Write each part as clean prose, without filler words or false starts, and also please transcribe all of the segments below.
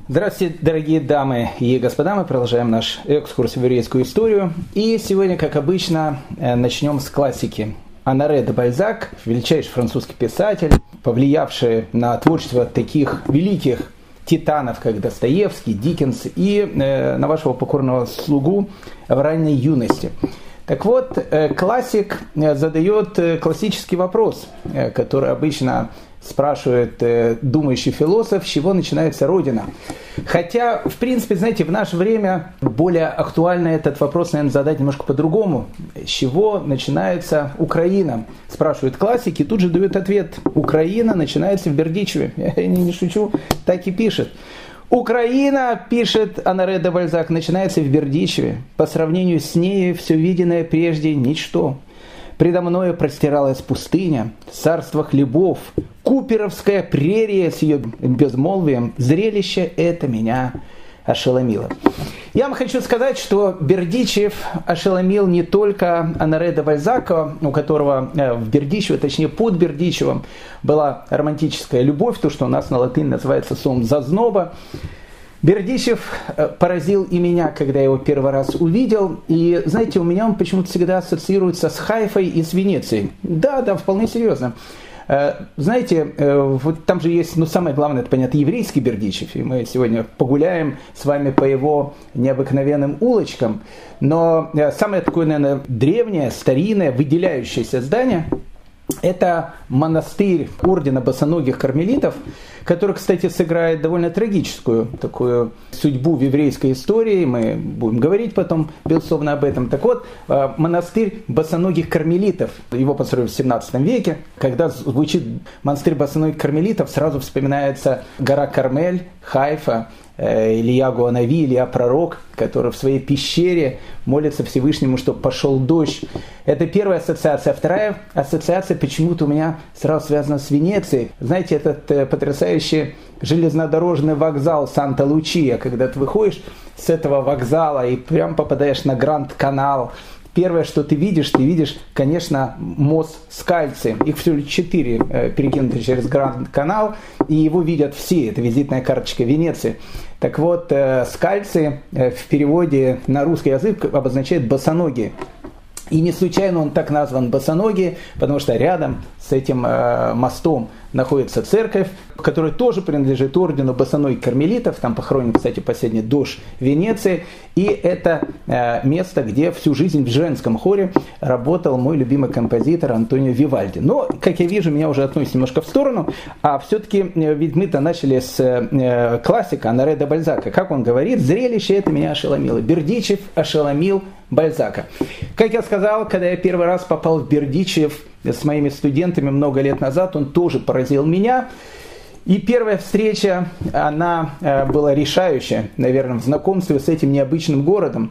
Здравствуйте, дорогие дамы и господа, мы продолжаем наш экскурс в еврейскую историю. И сегодня, как обычно, начнем с классики. Оноре де Бальзак, величайший французский писатель, повлиявший на творчество таких великих титанов, как Достоевский, Диккенс и на вашего покорного слугу в ранней юности. Так вот, классик задает классический вопрос, который обычно спрашивает думающий философ, с чего начинается Родина. Хотя, в принципе, знаете, в наше время более актуально этот вопрос, наверное, задать немножко по-другому. С чего начинается Украина? Спрашивают классики, тут же дают ответ. Украина начинается в Бердичеве. Я не шучу, так и пишет. Украина, пишет Оноре де Бальзак, начинается в Бердичеве. По сравнению с ней все виденное прежде ничто. Предо мною простиралась пустыня, царство хлебов, Куперовская прерия с ее безмолвием. Зрелище это меня ошеломило. Я вам хочу сказать, что Бердичев ошеломил не только Оноре де Бальзака, у которого в Бердичеве, точнее под Бердичевом, была романтическая любовь, то, что у нас на латыни называется словом «зазноба». Бердичев поразил и меня, когда я его первый раз увидел. И, знаете, у меня он почему-то всегда ассоциируется с Хайфой и с Венецией. Да, вполне серьезно. Знаете, вот там же есть, самое главное, это, понятно, еврейский Бердичев. И мы сегодня погуляем с вами по его необыкновенным улочкам. Но самое такое, наверное, древнее, старинное, выделяющееся здание – это монастырь ордена босоногих кармелитов, который, кстати, сыграет довольно трагическую такую судьбу в еврейской истории. Мы будем говорить потом, безусловно, об этом. Так вот, монастырь босоногих кармелитов, его построили в 17 веке. Когда звучит монастырь босоногих кармелитов, сразу вспоминается гора Кармель, Хайфа, Илья Гуанави, Илья Пророк, который в своей пещере молится Всевышнему, чтобы пошел дождь. Это первая ассоциация. Вторая ассоциация почему-то у меня сразу связана с Венецией. Знаете, этот потрясающий железнодорожный вокзал Санта-Лучия, когда ты выходишь с этого вокзала и прям попадаешь на Гранд-канал. Первое, что ты видишь, конечно, мост Скальци. Их всего 4 перекинуты через Гранд-канал, и его видят все. Это визитная карточка Венеции. Так вот, Скальци в переводе на русский язык обозначает «босоногие». И не случайно он так назван «босоногие», потому что рядом с этим мостом находится церковь, которая тоже принадлежит ордену босоногих кармелитов. Там похоронен, кстати, последний дож Венеции. И это место, где всю жизнь в женском хоре работал мой любимый композитор Антонио Вивальди. Но, как я вижу, меня уже относит немножко в сторону. А все-таки, ведь мы-то начали с классика Оноре де Бальзака. Как он говорит, зрелище это меня ошеломило. Бердичев ошеломил Бальзака. Как я сказал, когда я первый раз попал в Бердичев с моими студентами много лет назад, он тоже поразил меня. И первая встреча, она была решающая, наверное, в знакомстве с этим необычным городом.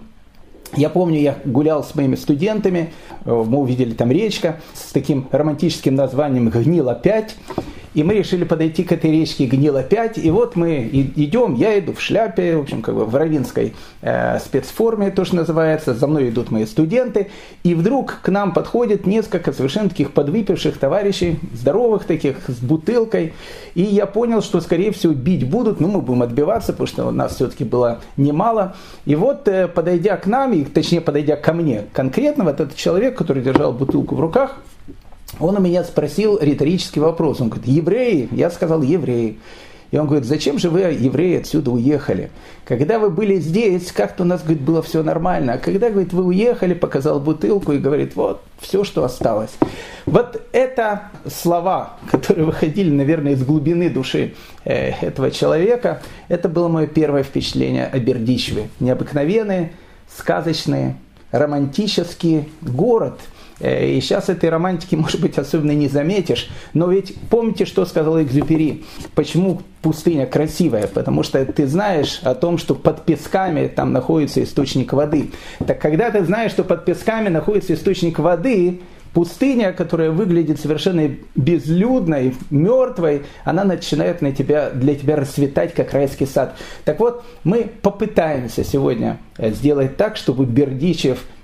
Я помню, я гулял с моими студентами, мы увидели там речка с таким романтическим названием «Гнило-5». И мы решили подойти к этой речке Гнило-5. И вот мы идем, я иду в шляпе, в общем, как бы в раввинской спецформе, то, что называется. За мной идут мои студенты. И вдруг к нам подходит несколько совершенно таких подвыпивших товарищей, здоровых таких, с бутылкой. И я понял, что, скорее всего, бить будут. Мы будем отбиваться, потому что у нас все-таки было немало. И вот, подойдя к нам, точнее, подойдя ко мне конкретно, вот этот человек, который держал бутылку в руках, он у меня спросил риторический вопрос. Он говорит: евреи? Я сказал: евреи. И он говорит: зачем же вы, евреи, отсюда уехали? Когда вы были здесь, как-то у нас, говорит, было все нормально. А когда, говорит, вы уехали, показал бутылку и говорит: вот все, что осталось. Вот это слова, которые выходили, наверное, из глубины души этого человека. Это было мое первое впечатление о Бердичеве. Необыкновенный, сказочный, романтический город. И сейчас этой романтики, может быть, особенно не заметишь. Но ведь помните, что сказал Экзюпери? Почему пустыня красивая? Потому что ты знаешь о том, что под песками там находится источник воды. Так когда ты знаешь, что под песками находится источник воды, пустыня, которая выглядит совершенно безлюдной, мертвой, она начинает для тебя расцветать, как райский сад. Так вот, мы попытаемся сегодня сделать так, чтобы Бердичев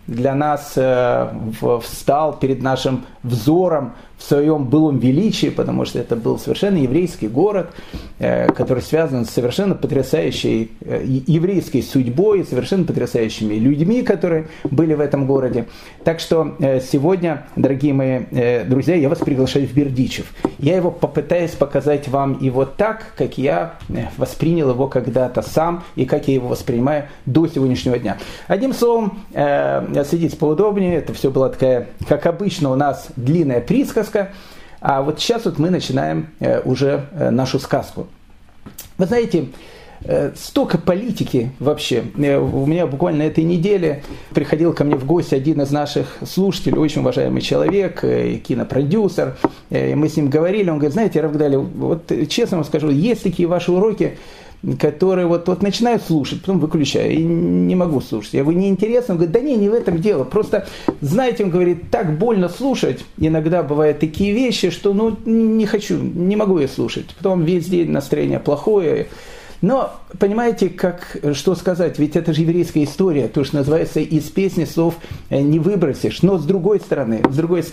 для нас встал перед нашим взором в своем былом величии, потому что это был совершенно еврейский город, который связан с совершенно потрясающей еврейской судьбой, совершенно потрясающими людьми, которые были в этом городе. Так что сегодня, дорогие мои друзья, я вас приглашаю в Бердичев. Я его попытаюсь показать вам и вот так, как я воспринял его когда-то сам и как я его воспринимаю до сегодняшнего дня. Одним словом, садитесь поудобнее, это все была такая, как обычно у нас, длинная присказка. А вот сейчас вот мы начинаем уже нашу сказку. Вы знаете, столько политики вообще. У меня буквально на этой неделе приходил ко мне в гости один из наших слушателей, очень уважаемый человек, кинопродюсер. И мы с ним говорили, он говорит, знаете, Рав Гдалия, вот честно вам скажу, есть такие ваши уроки, которые вот начинают слушать, потом выключаю, и не могу слушать. Я говорю, неинтересно? Он говорит, да не в этом дело. Просто, знаете, он говорит, так больно слушать. Иногда бывают такие вещи, что не хочу, не могу я слушать. Потом весь день настроение плохое. Но, понимаете, что сказать, ведь это же еврейская история, то, что называется, из песни слов не выбросишь. Но с другой стороны,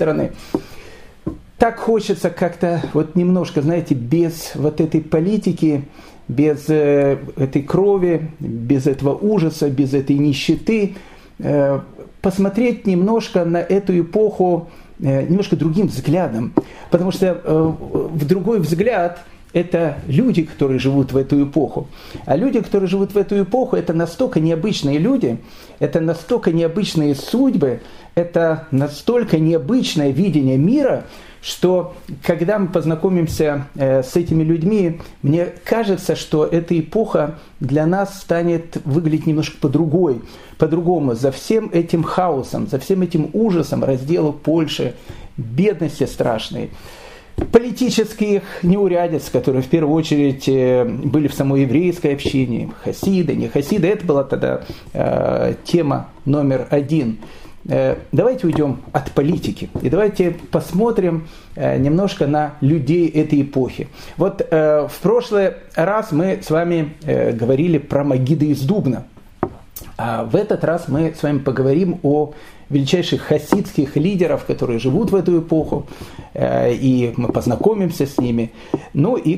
так хочется как-то вот немножко, знаете, без вот этой политики, без этой крови, без этого ужаса, без этой нищеты, посмотреть немножко на эту эпоху немножко другим взглядом. Потому что в другой взгляд это люди, которые живут в эту эпоху. А люди, которые живут в эту эпоху, это настолько необычные люди, это настолько необычные судьбы, это настолько необычное видение мира, что когда мы познакомимся с этими людьми, мне кажется, что эта эпоха для нас станет выглядеть немножко по-другому. За всем этим хаосом, за всем этим ужасом раздела Польши, бедности страшной, политических неурядиц, которые в первую очередь были в самой еврейской общине, хасиды, не хасиды, это была тогда тема номер один. Давайте уйдем от политики и давайте посмотрим немножко на людей этой эпохи. Вот в прошлый раз мы с вами говорили про Магида из Дубна, а в этот раз мы с вами поговорим о величайших хасидских лидеров, которые живут в эту эпоху, и мы познакомимся с ними. Ну и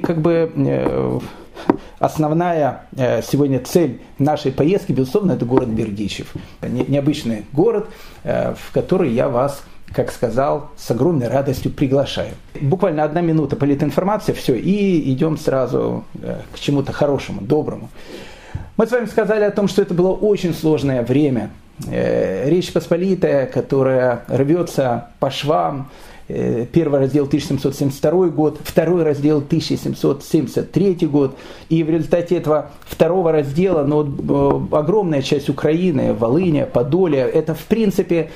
основная сегодня цель нашей поездки, безусловно, это город Бердичев. Необычный город, в который я вас, как сказал, с огромной радостью приглашаю. Буквально 1 минута политинформации, все, и идем сразу к чему-то хорошему, доброму. Мы с вами сказали о том, что это было очень сложное время. Речь Посполитая, которая рвется по швам. Первый раздел 1772 год, второй раздел 1773 год. И в результате этого второго раздела огромная часть Украины, Волыня, Подолье, это в принципе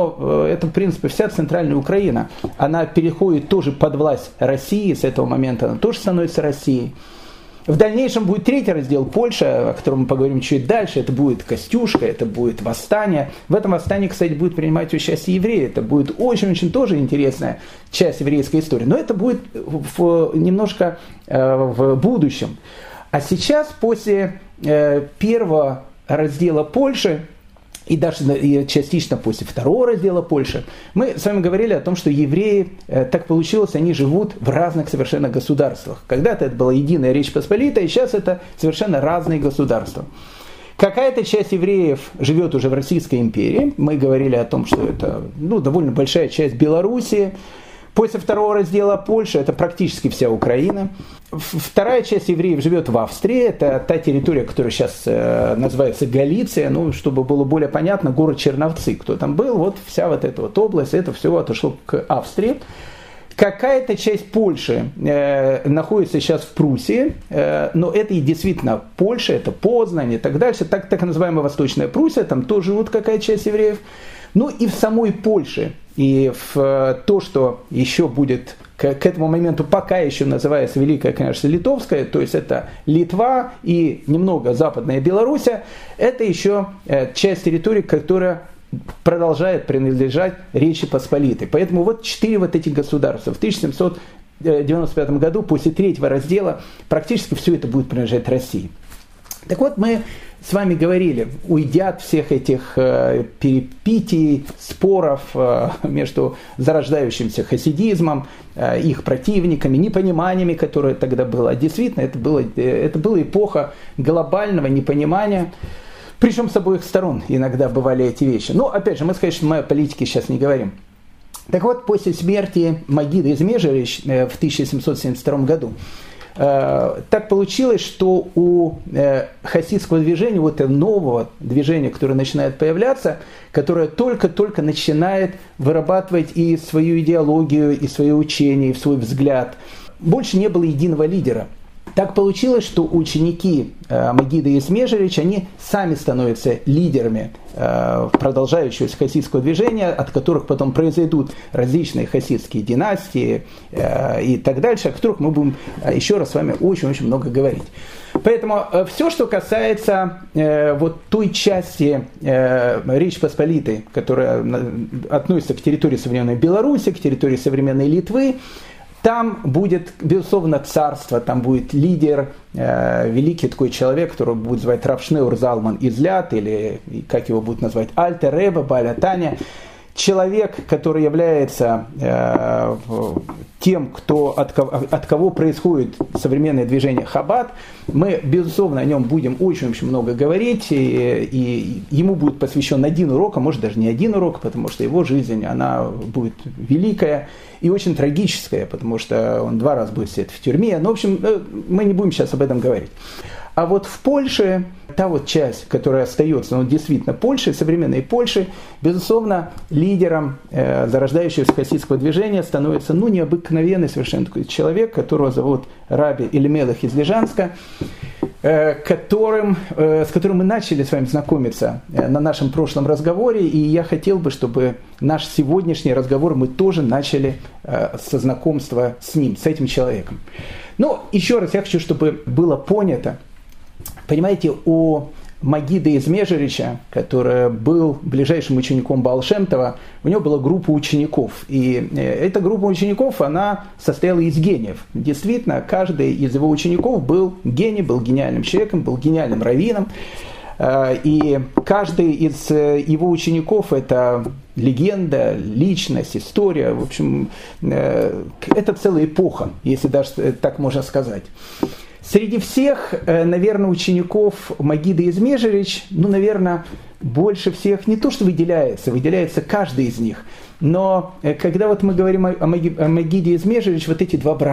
вся центральная Украина. Она переходит тоже под власть России, с этого момента она тоже становится Россией. В дальнейшем будет третий раздел Польша, о котором мы поговорим чуть дальше. Это будет Костюшка, это будет восстание. В этом восстании, кстати, будет принимать участие евреи. Это будет очень-очень тоже интересная часть еврейской истории. Но это будет немножко в будущем. А сейчас, после первого раздела Польши, и даже частично после второго раздела Польши, мы с вами говорили о том, что евреи, так получилось, они живут в разных совершенно государствах. Когда-то это была единая Речь Посполитая, сейчас это совершенно разные государства. Какая-то часть евреев живет уже в Российской империи. Мы говорили о том, что это довольно большая часть Белоруссии. После второго раздела Польши это практически вся Украина. Вторая часть евреев живет в Австрии. Это та территория, которая сейчас называется Галиция. Чтобы было более понятно, город Черновцы. Кто там был, вот вся вот эта вот область, это все отошло к Австрии. Какая-то часть Польши находится сейчас в Пруссии, но это и действительно Польша, это Познань и так дальше. Так называемая Восточная Пруссия, там тоже живут какая-то часть евреев. И в самой Польше, и в то, что еще будет к этому моменту пока еще называется Великое княжество Литовское, то есть это Литва и немного Западная Белоруссия, это еще часть территории, которая продолжает принадлежать Речи Посполитой. Поэтому вот 4 этих государства. В 1795 году, после третьего раздела, практически все это будет принадлежать России. Так вот, мы с вами говорили, уйдя от всех этих перипетий, споров между зарождающимся хасидизмом, их противниками, непониманиями, которое тогда было. А действительно, это была эпоха глобального непонимания, причем с обоих сторон иногда бывали эти вещи. Но, опять же, мы, конечно, мы о политике сейчас не говорим. Так вот, после смерти Магида из Межерич в 1772 году, так получилось, что у хасидского движения, вот этого нового движения, которое начинает появляться, которое только-только начинает вырабатывать и свою идеологию, и свое учение, и свой взгляд, больше не было единого лидера. Так получилось, что ученики Магида из Межерич, они сами становятся лидерами продолжающегося хасидского движения, от которых потом произойдут различные хасидские династии и так дальше, о которых мы будем еще раз с вами очень-очень много говорить. Поэтому все, что касается вот той части Речи Посполитой, которая относится к территории современной Беларуси, к территории современной Литвы, там будет, безусловно, царство, там будет лидер, великий такой человек, которого будут звать Рав Шнеур Залман Излят, или как его будут назвать, Альтер Ребе, Бааля Таня. Человек, который является тем, от кого происходит современное движение Хаббат, мы, безусловно, о нем будем очень-очень много говорить, и ему будет посвящен один урок, а может даже не один урок, потому что его жизнь, она будет великая и очень трагическая, потому что он 2 раза будет сидеть в тюрьме. Ну, в общем, мы не будем сейчас об этом говорить. А вот в Польше, та вот часть, которая остается, ну, действительно, Польша, современной Польши, безусловно, лидером зарождающегося хасидского движения становится, ну, необыкновенный совершенно такой человек, которого зовут Раби Элимелех из Лежанска, с которым мы начали с вами знакомиться на нашем прошлом разговоре, и я хотел бы, чтобы наш сегодняшний разговор мы тоже начали со знакомства с ним, с этим человеком. Но еще раз я хочу, чтобы было понято, понимаете, у Магида из Межерича, который был ближайшим учеником Баал Шем Това, у него была группа учеников. И эта группа учеников, она состояла из гениев. Действительно, каждый из его учеников был гений, был гениальным человеком, был гениальным раввином. И каждый из его учеников – это легенда, личность, история. В общем, это целая эпоха, если даже так можно сказать. Среди всех, наверное, учеников Магида из Межерич, ну, наверное, больше всех не то, что выделяется каждый из них. Но когда вот мы говорим о Магиде из Межерич, вот эти два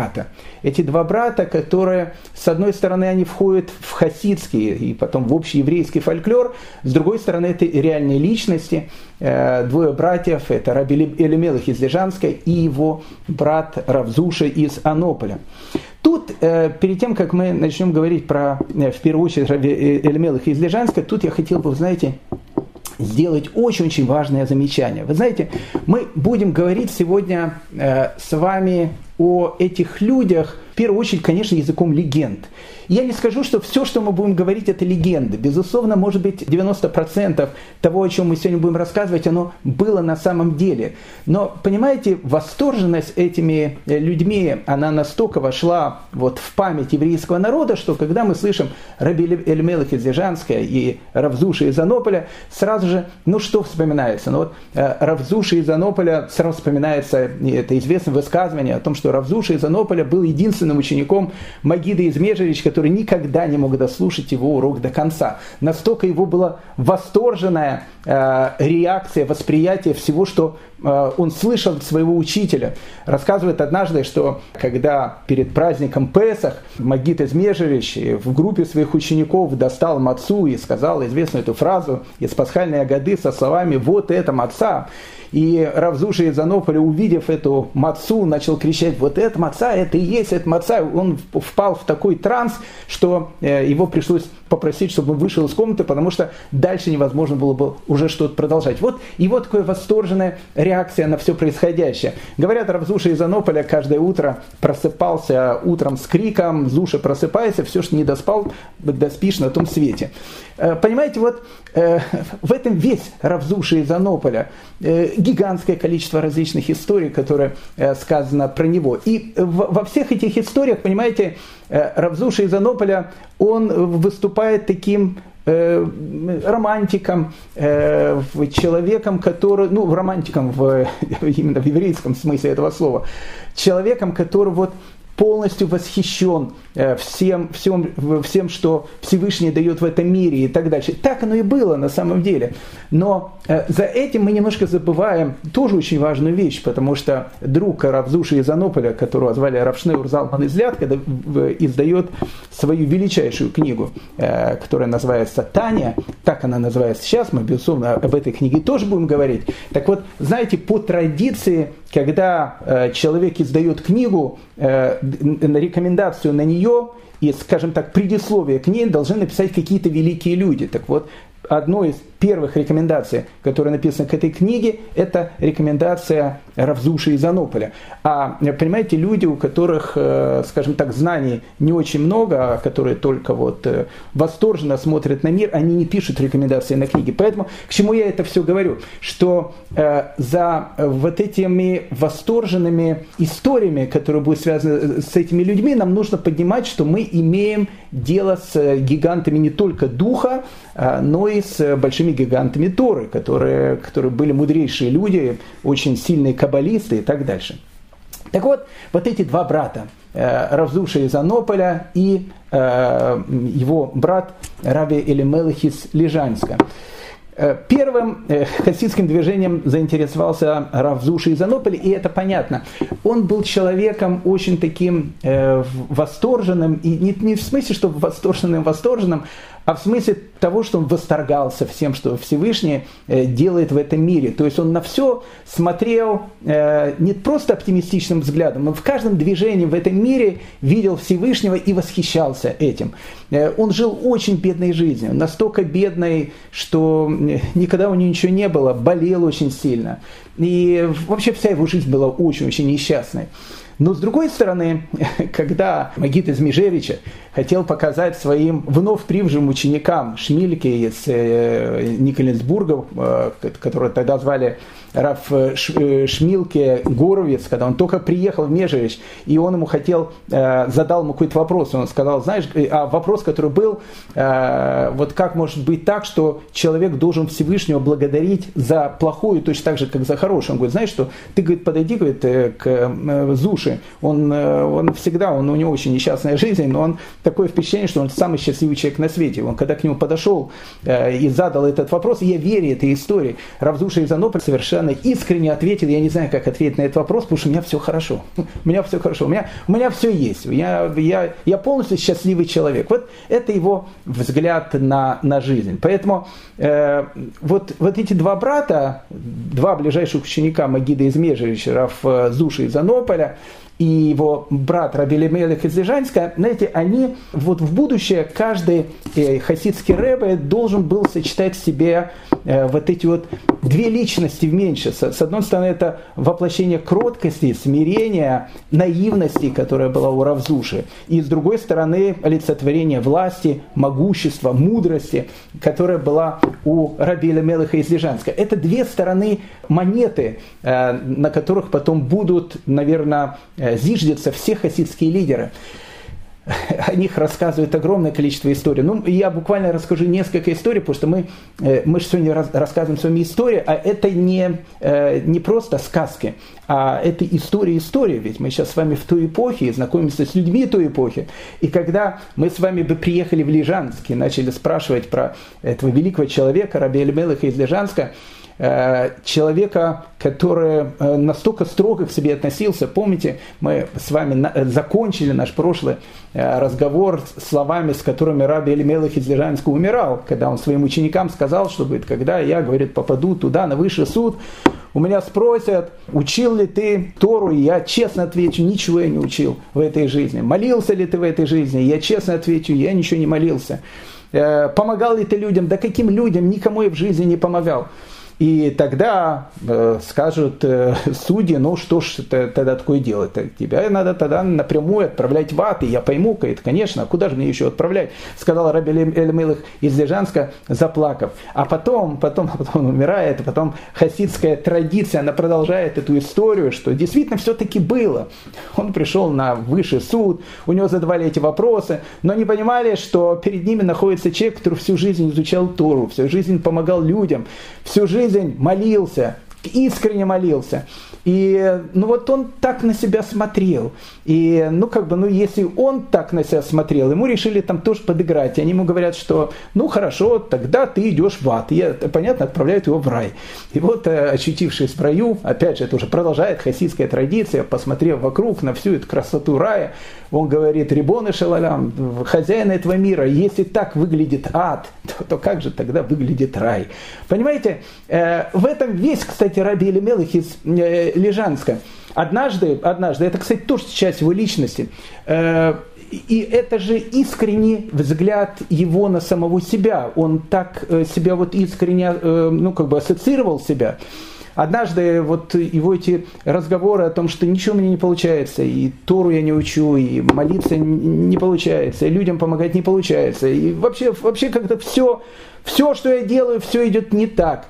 брата, которые, с одной стороны, они входят в хасидский и потом в общий еврейский фольклор, с другой стороны, это реальные личности. 2 братьев, это Раби Элимелех из Лежанска и его брат Рав Зуша из Анополя. Тут, перед тем, как мы начнем говорить про, в первую очередь, Раби Элимелеха из Лежанска, тут я хотел бы, знаете, сделать очень-очень важное замечание. Вы знаете, мы будем говорить сегодня с вами о этих людях, в первую очередь, конечно, языком легенд. Я не скажу, что все, что мы будем говорить, это легенды. Безусловно, может быть, 90% того, о чем мы сегодня будем рассказывать, оно было на самом деле. Но, понимаете, восторженность этими людьми, она настолько вошла вот в память еврейского народа, что когда мы слышим Раби Элимелех из Лежанска и Рав Зуша из Анополя, сразу же, ну что вспоминается? Ну вот Рав Зуша из Анополя, сразу вспоминается это известное высказывание о том, что Рав Зуша из Анополя был единственным учеником Магида из Межерич, который никогда не мог дослушать его урок до конца. Настолько его была восторженная реакция, восприятие всего, что он слышал от своего учителя. Рассказывает однажды, что когда перед праздником Песах Магид из Межерич в группе своих учеников достал мацу и сказал известную эту фразу из пасхальной агады со словами «Вот это маца». И Рав Зуша из Анополя, увидев эту мацу, начал кричать: вот это маца, это и есть эта маца. Он впал в такой транс, что его пришлось попросить, чтобы он вышел из комнаты, потому что дальше невозможно было бы уже что-то продолжать. Вот его такая восторженная реакция на все происходящее. Говорят, Рав Зуша из Анополя каждое утро просыпался утром с криком: «Зуша, просыпайся, все, что не доспал, доспишь на том свете». Понимаете, вот в этом весь Рав Зуша из Анополя. Гигантское количество различных историй, которые сказано про него. И во всех этих историях, понимаете, Рав Зуша из Анополя, он выступает таким романтиком, человеком, который, романтиком именно в еврейском смысле этого слова, человеком, который вот полностью восхищен всем, что Всевышний дает в этом мире и так дальше. Так оно и было на самом деле. Но за этим мы немножко забываем тоже очень важную вещь, потому что друг Рав Зуши из Анополя, которого звали Рав Шнeur Залман из Лядка, издает свою величайшую книгу, которая называется «Таня». Так она называется сейчас, мы, безусловно, об этой книге тоже будем говорить. Так вот, знаете, по традиции, когда человек издает книгу, на рекомендацию на нее и, скажем так, предисловие к ней должны написать какие-то великие люди. Так вот, одной из первых рекомендаций, которая написана к этой книге, это рекомендация Рав Зуши из Анополя. А, понимаете, люди, у которых, скажем так, знаний не очень много, а которые только вот восторженно смотрят на мир, они не пишут рекомендации на книги. Поэтому к чему я это все говорю? Что за вот этими восторженными историями, которые будут связаны с этими людьми, нам нужно понимать, что мы имеем дело с гигантами не только духа, но и с большими гигантами Торы, которые были мудрейшие люди, очень сильные каббалисты и так дальше. Так вот, вот эти два брата, Рав Зуша из Анополя и его брат Раби Элимелех из Лежанска. Первым хасидским движением заинтересовался Рав Зуша из Анополя, и это понятно. Он был человеком очень таким восторженным, и не в смысле, что восторженным, а в смысле того, что он восторгался всем, что Всевышний делает в этом мире. То есть он на все смотрел не просто оптимистичным взглядом, он в каждом движении в этом мире видел Всевышнего и восхищался этим. Он жил очень бедной жизнью, настолько бедной, что никогда у него ничего не было, болел очень сильно. И вообще вся его жизнь была очень-очень несчастной. Но с другой стороны, когда Магид из Межерича хотел показать своим вновь прибывшим ученикам Шмильке из Никольсбурга, которого тогда звали Рав Шмилке Горовец, когда он только приехал в Межерич, и он ему задал ему какой-то вопрос, он сказал, знаешь, вопрос, который был, вот как может быть так, что человек должен Всевышнего благодарить за плохое точно так же, как за хорошее. Он говорит, знаешь что, ты, говорит, подойди, говорит, к Зуше, он всегда, у него очень несчастная жизнь, но он такое впечатление, что он самый счастливый человек на свете. Он когда к нему подошел и задал этот вопрос, я верю этой истории, Рав Зуша из Анополя совершенно искренне ответил, я не знаю, как ответить на этот вопрос, потому что у меня все хорошо. У меня все хорошо, у меня все есть. Я полностью счастливый человек. Вот это его взгляд на жизнь. Поэтому вот эти два брата, два ближайших ученика Магида из Межерича, Рав Зуша из Анополя, и его брат Раби Элимелех из Лежанска, знаете, они вот в будущее, каждый хасидский ребе должен был сочетать в себе вот эти вот две личности вменьше. С одной стороны, это воплощение кроткости, смирения, наивности, которая была у Рав Зуши. И с другой стороны, олицетворение власти, могущества, мудрости, которая была у Раби Элимелеха из Лежанска. Это две стороны монеты, на которых потом будут, наверное, зиждятся все хасидские лидеры. О них рассказывают огромное количество историй. Я буквально расскажу несколько историй, потому что мы же сегодня рассказываем с вами истории, а это не просто сказки, а это история. Ведь мы сейчас с вами в той эпохе и знакомимся с людьми той эпохи. И когда мы с вами бы приехали в Лежанск и начали спрашивать про этого великого человека, Раби Элимелеха из Лежанска, человека, который настолько строго к себе относился. Помните, мы с вами закончили наш прошлый разговор словами, с которыми Раби Элимелех из Лежанска умирал, когда он своим ученикам сказал, что, говорит, когда я, говорит, попаду туда, на высший суд, у меня спросят, учил ли ты Тору, и я честно отвечу, ничего я не учил в этой жизни. Молился ли ты в этой жизни? Я честно отвечу, я ничего не молился. Помогал ли ты людям? Да каким людям? Никому я в жизни не помогал. И тогда скажут судьи, ну что ж тогда такое делать? Тебя надо тогда напрямую отправлять в ад, и я пойму, конечно, куда же мне еще отправлять? Сказал Раби Элимелех из Лежанска, заплакав. А потом умирает, потом хасидская традиция, она продолжает эту историю, что действительно все-таки было. Он пришел на высший суд, у него задавали эти вопросы, но не понимали, что перед ними находится человек, который всю жизнь изучал Тору, всю жизнь помогал людям, всю жизнь молился, искренне молился. И вот он так на себя смотрел. И если он так на себя смотрел, ему решили там тоже подыграть. И они ему говорят, что хорошо, тогда ты идешь в ад. И, понятно, отправляют его в рай. И вот, очутившись в раю, опять же, это уже продолжает хасидская традиция, посмотрев вокруг на всю эту красоту рая, он говорит: Рибоне шел олам, хозяин этого мира, если так выглядит ад, то как же тогда выглядит рай? Понимаете, в этом весь, кстати, Раби Элимелех из Лежанска. Однажды, это, кстати, тоже часть его личности, и это же искренний взгляд его на самого себя. Он так себя искренне, ассоциировал себя. Однажды его эти разговоры о том, что ничего мне не получается, и Тору я не учу, и молиться не получается, и людям помогать не получается, и вообще как-то все, что я делаю, все идет не так.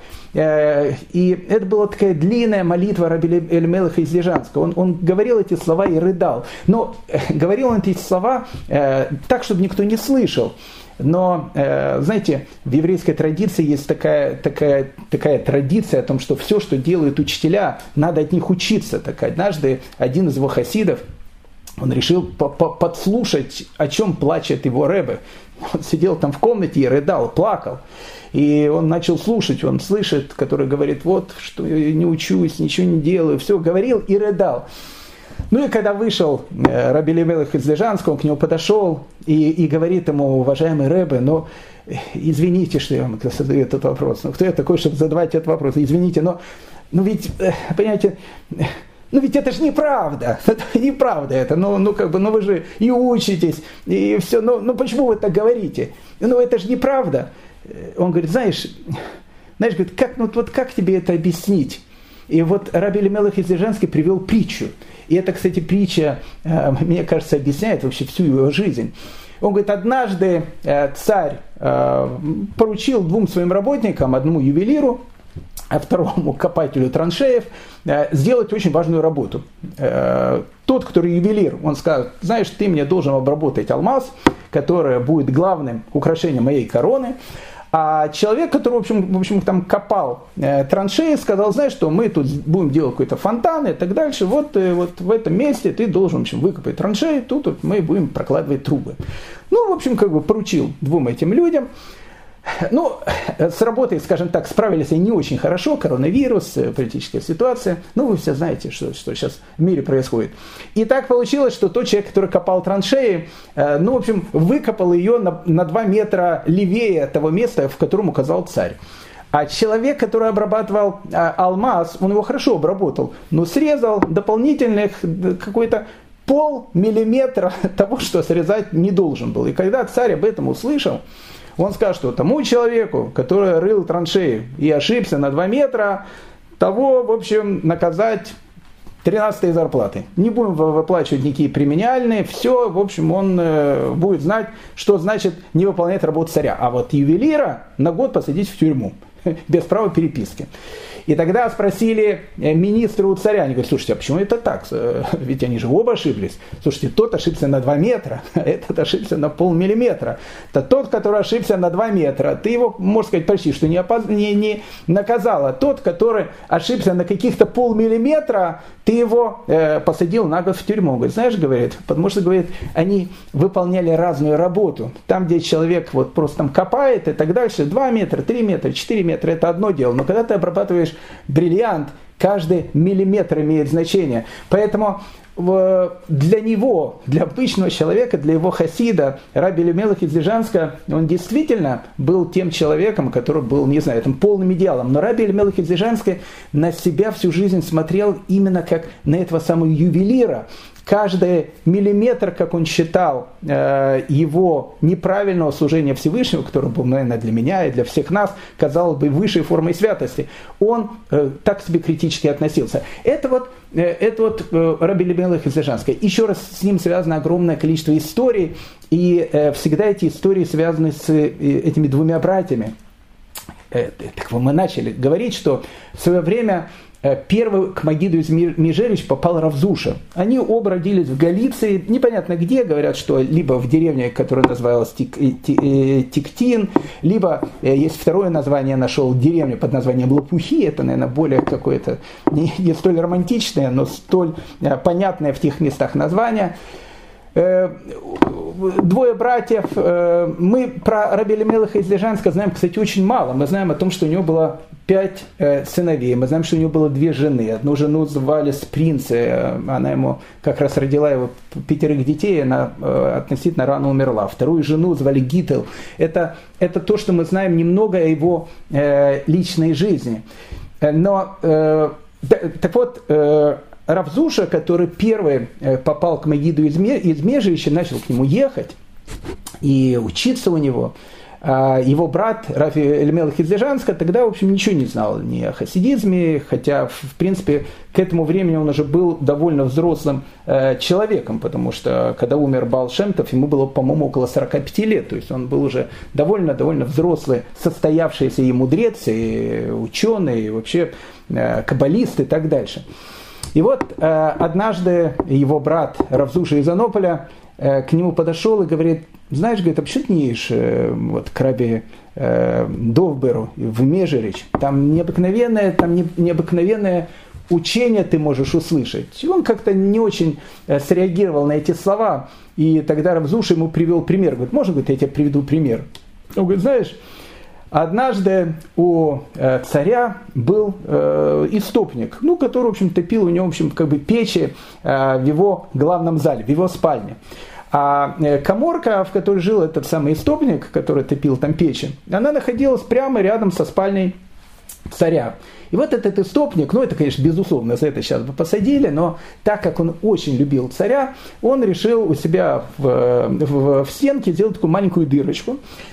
И это была такая длинная молитва Раби Элимелеха из Лежанска. Он говорил эти слова и рыдал. Но говорил он эти слова так, чтобы никто не слышал. Но, знаете, в еврейской традиции есть такая традиция о том, что все, что делают учителя, надо от них учиться. Так однажды один из его хасидов, он решил подслушать, о чем плачет его ребе. Он сидел там в комнате и рыдал, плакал. И он начал слушать, он слышит, который говорит: вот, что я не учусь, ничего не делаю, все, говорил и рыдал. Ну и когда вышел Раби Элимелех из Лежанска, он к нему подошел и говорит ему: уважаемый ребе, извините, что я вам задаю этот вопрос, кто я такой, чтобы задавать этот вопрос, извините, но ведь, понимаете, ведь это же неправда, неправда это, вы же и учитесь, и все, почему вы так говорите? Это же неправда. Он говорит: знаешь, говорит, как тебе это объяснить? И вот Раби Элимелех из Лежанска привел притчу. И эта, кстати, притча, мне кажется, объясняет вообще всю его жизнь. Он говорит: однажды царь поручил двум своим работникам, одному ювелиру, а второму копателю траншеев, сделать очень важную работу. Тот, который ювелир, он сказал: знаешь, ты мне должен обработать алмаз, который будет главным украшением моей короны. А человек, который, в общем там копал траншеи, сказал: знаешь что, мы тут будем делать какой-то фонтан и так дальше, вот в этом месте ты должен, в общем, выкопать траншеи, тут мы будем прокладывать трубы. Поручил двум этим людям. С работой, скажем так, справились они не очень хорошо, коронавирус, политическая ситуация, вы все знаете, что сейчас в мире происходит. И так получилось, что тот человек, который копал траншеи, выкопал ее на 2 метра левее того места, в котором указал царь. А человек, который обрабатывал алмаз, он его хорошо обработал, но срезал дополнительных какой-то полмиллиметра того, что срезать не должен был. И когда царь об этом услышал, он сказал, что тому человеку, который рыл траншеи и ошибся на 2 метра, того, в общем, наказать 13-й зарплаты. Не будем выплачивать никакие премиальные, все, в общем, он будет знать, что значит не выполнять работу царя. А вот ювелира на год посадить в тюрьму, без права переписки. И тогда спросили министра у царя, они говорят: слушайте, а почему это так? Ведь они же оба ошиблись. Слушайте, тот ошибся на 2 метра, а этот ошибся на полмиллиметра. То тот, который ошибся на 2 метра, ты его, можно сказать, почти что не наказал. А тот, который ошибся на каких-то полмиллиметра, ты его посадил на год в тюрьму. Говорит: знаешь, говорит, потому что, говорит, они выполняли разную работу. Там, где человек просто там копает и так дальше, 2 метра, 3 метра, 4 метра, это одно дело. Но когда ты обрабатываешь бриллиант каждый миллиметр имеет значение. Поэтому для него, для обычного человека, для его хасида, Раби Элимелех из Лежанска, он действительно был тем человеком, который был, не знаю, там, полным идеалом. Но Раби Элимелех из Лежанска на себя всю жизнь смотрел именно как на этого самого ювелира. Каждый миллиметр, как он считал, его неправильного служения Всевышнему, которое было, наверное, для меня и для всех нас, казалось бы, высшей формой святости, он так к себе критически относился. Это вот Раби Элимелех из Лежанска. Еще раз, с ним связано огромное количество историй, и всегда эти истории связаны с этими двумя братьями. Так мы начали говорить, что в свое время первый к Магиду из Межерич попал Рав Зуша. Они оба родились в Галиции, непонятно где, говорят, что либо в деревне, которая называлась Тиктин, либо есть второе название, нашел деревню под названием Лопухи, это, наверное, более какое-то не столь романтичное, но столь понятное в тех местах название. Двое братьев. Мы про Раби Элимелеха из Лежанска знаем, кстати, очень мало. Мы знаем о том, что у него было 5 сыновей. Мы знаем, что у него было 2 жены. Одну жену звали Спринце. Она ему как раз родила его 5 детей. Она относительно рано умерла. Вторую жену звали Гител. Это то, что мы знаем немного о его личной жизни. Но, так вот, Рав Зуша, который первый попал к Магиду из Межерича, начал к нему ехать и учиться у него. Его брат Раби Элимелех из Лежанска тогда, в общем, ничего не знал ни о хасидизме, хотя, в принципе, к этому времени он уже был довольно взрослым человеком, потому что, когда умер Баал Шем Тов, ему было, по-моему, около 45 лет, то есть он был уже довольно взрослый, состоявшийся и мудрец, и ученый, и вообще каббалист и так дальше. И вот однажды его брат Рав Зуша из Анополя к нему подошел и говорит: знаешь, говорит, а почему ты не едешь к Раби Довберу в Межерич? Там необыкновенное учение ты можешь услышать. И он как-то не очень среагировал на эти слова. И тогда Рав Зуша ему привел пример. Говорит: можно, говорит, я тебе приведу пример? Он говорит: знаешь, однажды у царя был истопник, который, в общем, топил у него, в общем, печи в его главном зале, в его спальне. А каморка, в которой жил этот самый истопник, который топил там печи, она находилась прямо рядом со спальней царя. И вот этот истопник, это, конечно, безусловно, за это сейчас бы посадили, но так как он очень любил царя, он решил у себя в стенке сделать такую маленькую дырочку.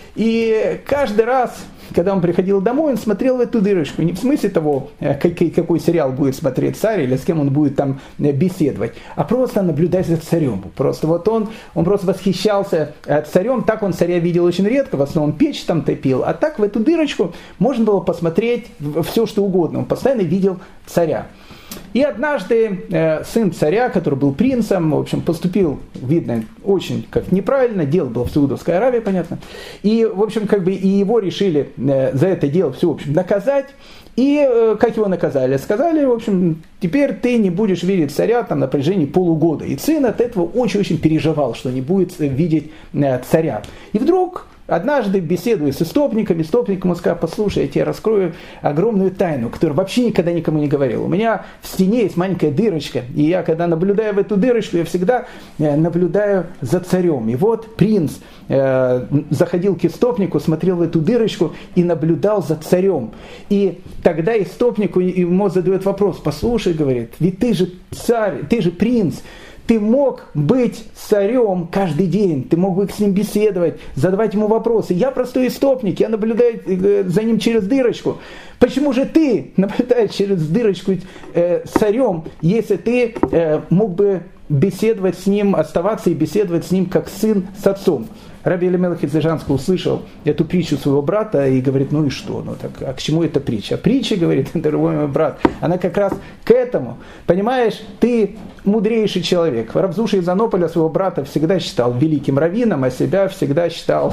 И каждый раз, когда он приходил домой, он смотрел в эту дырочку. Не в смысле того, какой сериал будет смотреть царь или с кем он будет там беседовать, а просто наблюдать за царем. Просто вот он просто восхищался царем. Так он царя видел очень редко, в основном печь там топил. А так в эту дырочку можно было посмотреть все, что угодно. Он постоянно видел царя. И однажды сын царя, который был принцем, в общем, поступил, видно, очень как неправильно, дело было в Саудовской Аравии, понятно, и, в общем, и его решили за это дело все, в общем, наказать. И как его наказали? Сказали, в общем, теперь ты не будешь видеть царя там на протяжении полугода. И сын от этого очень-очень переживал, что не будет видеть царя. И вдруг однажды, беседуя с истопником ему сказал: послушай, я тебе раскрою огромную тайну, которую вообще никогда никому не говорил. У меня в стене есть маленькая дырочка, и я, когда наблюдаю в эту дырочку, я всегда наблюдаю за царем. И вот принц заходил к истопнику, смотрел в эту дырочку и наблюдал за царем. И тогда истопнику ему задает вопрос: послушай, говорит, ведь ты же царь, ты же принц, ты мог быть царем каждый день, ты мог бы с ним беседовать, задавать ему вопросы. Я простой истопник, я наблюдаю за ним через дырочку. Почему же ты наблюдаешь через дырочку царем, если ты мог бы беседовать с ним, оставаться и беседовать с ним как сын с отцом? Раби Элимелех из Лежанска услышал эту притчу своего брата и говорит: ну и что? А к чему эта притча? А притча, говорит, дорогой мой брат, она как раз к этому. Понимаешь, ты мудрейший человек. Рав Зуша из Анополя своего брата всегда считал великим раввином, а себя всегда считал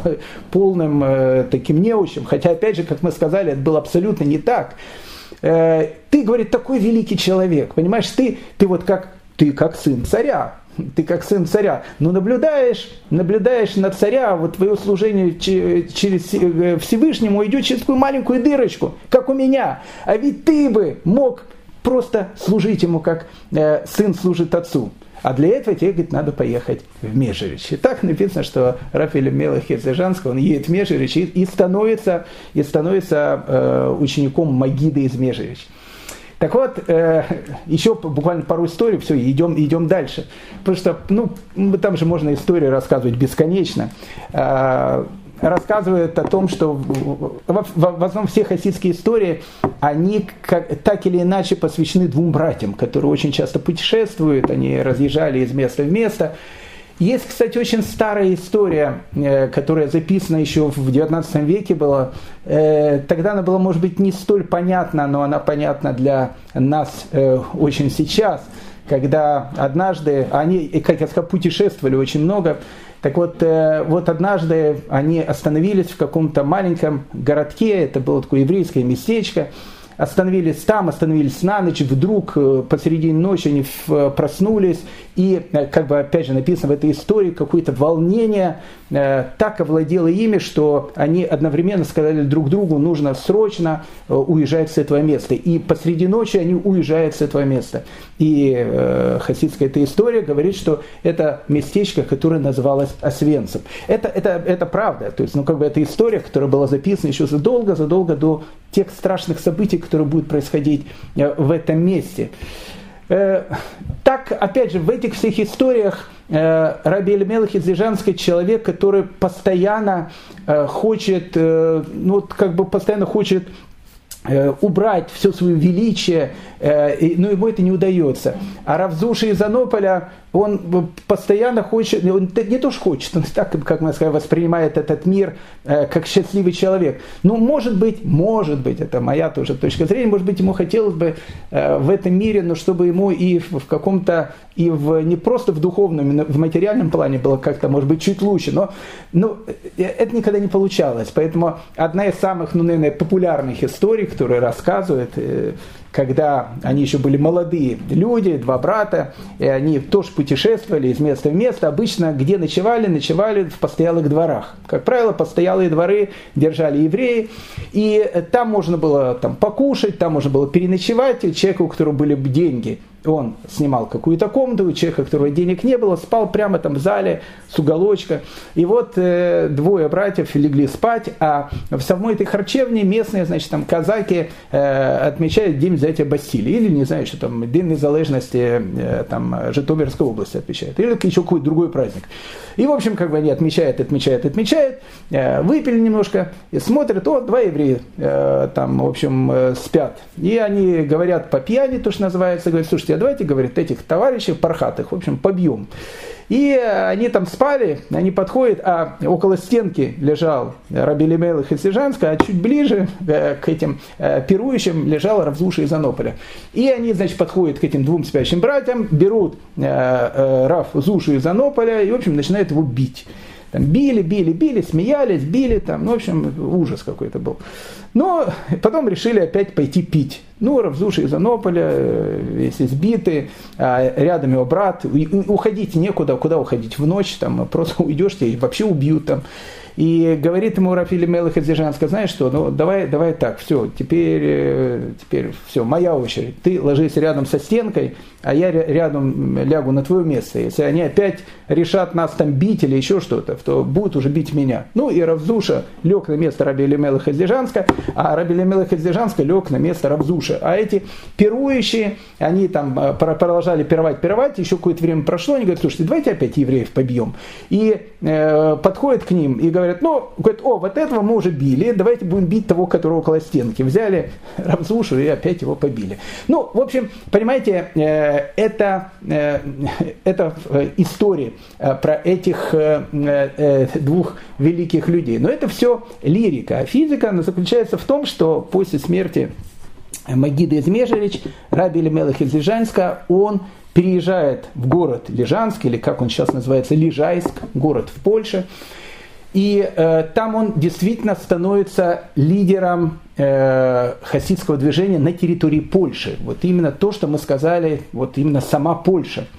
полным таким неучем. Хотя, опять же, как мы сказали, это было абсолютно не так. Ты, говорит, такой великий человек. Понимаешь, ты как сын царя. Ты как сын царя, но наблюдаешь на царя, вот твое служение через Всевышнему идет через такую маленькую дырочку, как у меня. А ведь ты бы мог просто служить ему, как сын служит отцу. А для этого тебе, говорит, надо поехать в Межерич. И так написано, что Рав Элимелех из Лежанска, он едет в Межерич и становится учеником Магиды из Межерич. Так вот, еще буквально пару историй, все, идем дальше. Потому что, там же можно истории рассказывать бесконечно. Рассказывает о том, что в основном все хасидские истории, они так или иначе посвящены двум братьям, которые очень часто путешествуют, они разъезжали из места в место. Есть, кстати, очень старая история, которая записана еще в XIX веке была. Тогда она была, может быть, не столь понятна, но она понятна для нас очень сейчас, когда однажды они, как я сказал, путешествовали очень много. Так вот однажды они остановились в каком-то маленьком городке, это было такое еврейское местечко, остановились на ночь, вдруг посередине ночи они проснулись, и, опять же написано в этой истории, какое-то волнение так овладело ими, что они одновременно сказали друг другу, нужно срочно уезжать с этого места. И посреди ночи они уезжают с этого места. И хасидская эта история говорит, что это местечко, которое называлось Освенцим. Это правда. То есть, это история, которая была записана еще задолго до тех страшных событий, которые будут происходить в этом месте. Так, опять же, в этих всех историях Раби Элимелех из Лежанска человек, который постоянно хочет, постоянно хочет убрать все свое величие, но ему это не удается. А Рав Зуша из Анополя, он постоянно хочет, он не то что хочет, он так, как мы сказали, воспринимает этот мир как счастливый человек. Может быть, это моя тоже точка зрения, может быть, ему хотелось бы в этом мире, но чтобы ему и в каком-то, не просто в духовном, но в материальном плане было как-то, может быть, чуть лучше, но это никогда не получалось. Поэтому одна из самых, наверное, популярных историй, которые рассказывают, когда они еще были молодые люди, два брата, и они тоже путешествовали из места в место. Обычно где ночевали в постоялых дворах. Как правило, постоялые дворы держали евреи, и там можно было покушать, там можно было переночевать. И человеку, у которого были деньги, он снимал какую-то комнату, у человека, у которого денег не было, спал прямо там в зале с уголочка. И вот двое братьев легли спать, а в самой этой харчевне местные, казаки отмечают День взятия Бастилии, или не знаю, что там, День незалежности Житомирской области отмечают, или еще какой-то другой праздник. И, в общем, они отмечают, выпили немножко, и смотрят, два еврея спят. И они говорят по пьяни, то, что называется, говорят, слушайте, а давайте, говорит, этих товарищей пархатых, в общем, побьем. И они там спали, они подходят, а около стенки лежал Раби Элимелех из Лежанска, а чуть ближе к этим пирующим лежал Рав Зуша из Анополя. И они, подходят к этим двум спящим братьям, берут Рав Зушу из Анополя и, в общем, начинают его бить. Били, смеялись, в общем, ужас какой-то был. Но потом решили опять пойти пить. Рав Зуша из Анополя, весь избитый, рядом его брат. Уходить некуда, куда уходить? В ночь, просто уйдешь, тебя вообще убьют там. И говорит ему Рав Элимелех из Лежанска, знаешь что, давай так, все, теперь все, моя очередь. Ты ложись рядом со стенкой, а я рядом лягу на твое место. Если они опять решат нас там бить или еще что-то, то будут уже бить меня. И Рав Зуша лег на место Раби Элимелеха из Лежанска, а Раби Элимелех из Лежанска лег на место Рав Зуша. А эти пирующие, они продолжали пировать, еще какое-то время прошло, они говорят, слушайте, давайте опять евреев побьем. И подходят к ним и говорят, вот этого мы уже били, давайте будем бить того, которого около стенки. Взяли Рав Зушу и опять его побили. В общем, понимаете, это история про этих двух великих людей. Но это все лирика. А физика, она заключается в том, что после смерти Магиды из Межерич Раби Элимелех из Лежанска, он переезжает в город Лежанск, или как он сейчас называется, Лежайск, город в Польше. И там он действительно становится лидером хасидского движения на территории Польши. Вот именно то, что мы сказали, вот именно сама Польша.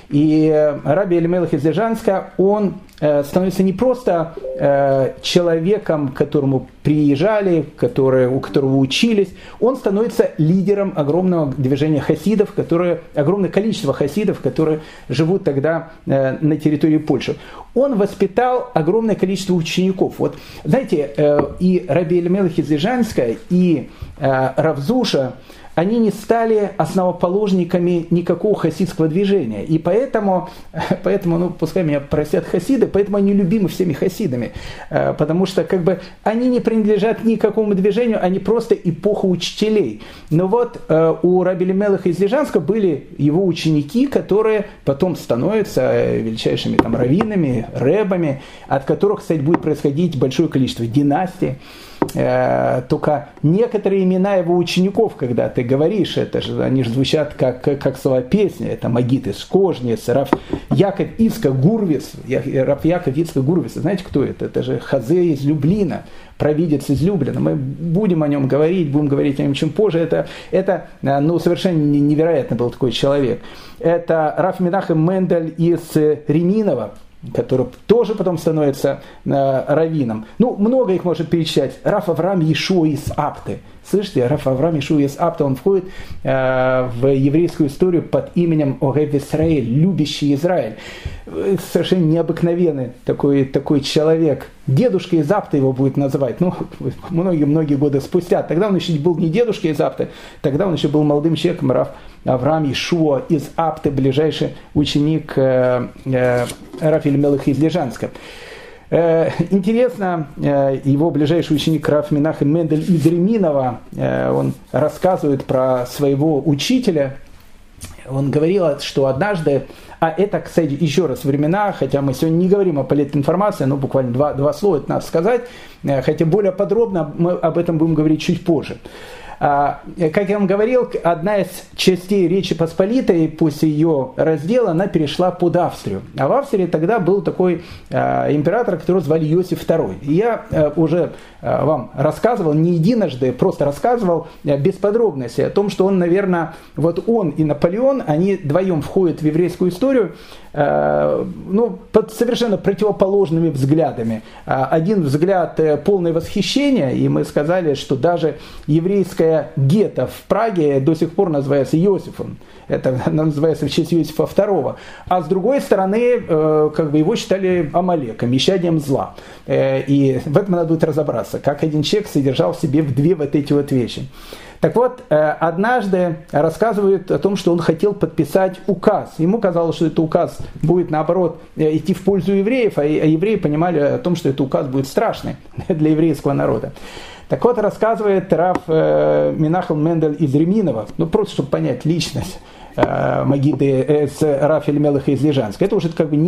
И Раби Элимелех из Лежанска, он становится не просто человеком, к которому приезжали, у которого учились, он становится лидером огромного движения хасидов, огромное количество хасидов, которые живут тогда на территории Польши. Он воспитал огромное количество учеников. Вот, знаете, и Раби Элимелех из Лежанска, и Рав Зуша, они не стали основоположниками никакого хасидского движения. И поэтому, пускай меня простят хасиды, поэтому они любимы всеми хасидами. Потому что они не принадлежат ни к какому движению, они просто эпоха учителей. Но вот у Раби Элимелеха из Лежанска были его ученики, которые потом становятся величайшими раввинами, рэбами, от которых, кстати, будет происходить большое количество династий. Только некоторые имена его учеников, когда ты говоришь, они же звучат как слова песни. Это Магит из Кожниц, Рав Яков Ицхак Гурвиц. Рав Яков Ицхак Гурвиц, знаете, кто это? Это же Хазе из Люблина, провидец из Люблина. Мы будем о нем говорить, будем говорить о нем чем позже. Это совершенно невероятно был такой человек. Это Рав Менахем Мендель из Реминова, который тоже потом становится раввином. Много их может перечислять. Рав Авраам Ешуа из Апты. Слышите, Рав Авраам Ешуа из Апты, он входит в еврейскую историю под именем Огев Исраэль, любящий Израиль. Совершенно необыкновенный такой человек. Дедушка из Апты его будет называть. Многие годы спустя. Тогда он еще был не дедушка из Апты, тогда он еще был молодым человеком. Рав Авраам Ешуа из Апты, ближайший ученик Рав Элимелеха из Лежанска. Интересно, его ближайший ученик Рав Менахем Мендель из Реминова, он рассказывает про своего учителя. Он говорил, что однажды, это, кстати, еще раз времена, хотя мы сегодня не говорим о политинформации, но буквально два слова это надо сказать, хотя более подробно мы об этом будем говорить чуть позже. Как я вам говорил, одна из частей Речи Посполитой после ее раздела, она перешла под Австрию. А в Австрии тогда был такой император, которого звали Иосиф II. И я уже вам рассказывал, не единожды, просто рассказывал без подробностей о том, что он, наверное, он и Наполеон, они вдвоем входят в еврейскую историю, под совершенно противоположными взглядами. Один взгляд полное восхищение, и мы сказали, что даже еврейское гетто в Праге до сих пор называется Иосифом. Это называется в честь Иосифа II. А с другой стороны, его считали Амалеком, исчадием зла. И в этом надо будет разобраться, как один человек содержал в себе две вот эти вот вещи. Так вот, однажды рассказывают о том, что он хотел подписать указ. Ему казалось, что этот указ будет, наоборот, идти в пользу евреев, а евреи понимали о том, что этот указ будет страшный для еврейского народа. Так вот, рассказывает Рав Менахем Мендель из Реминова, просто чтобы понять личность Магиды с Рав Элимелеха из Лежанска. Это уже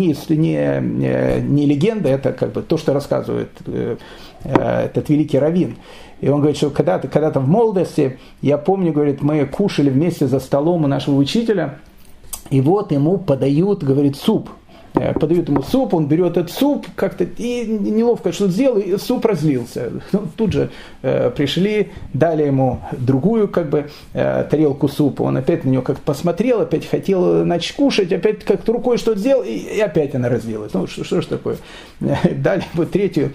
не легенда, это то, что рассказывает этот великий раввин. И он говорит, что когда-то в молодости, я помню, говорит, мы кушали вместе за столом у нашего учителя, и вот ему подают, говорит, суп. Подают ему суп, он берет этот суп как-то и неловко что-то сделал, и суп разлился. Тут же пришли, дали ему другую тарелку супа, он опять на нее как-то посмотрел, опять хотел кушать, опять как-то рукой что-то сделал, и опять она разлилась. Что ж такое? Дали ему третью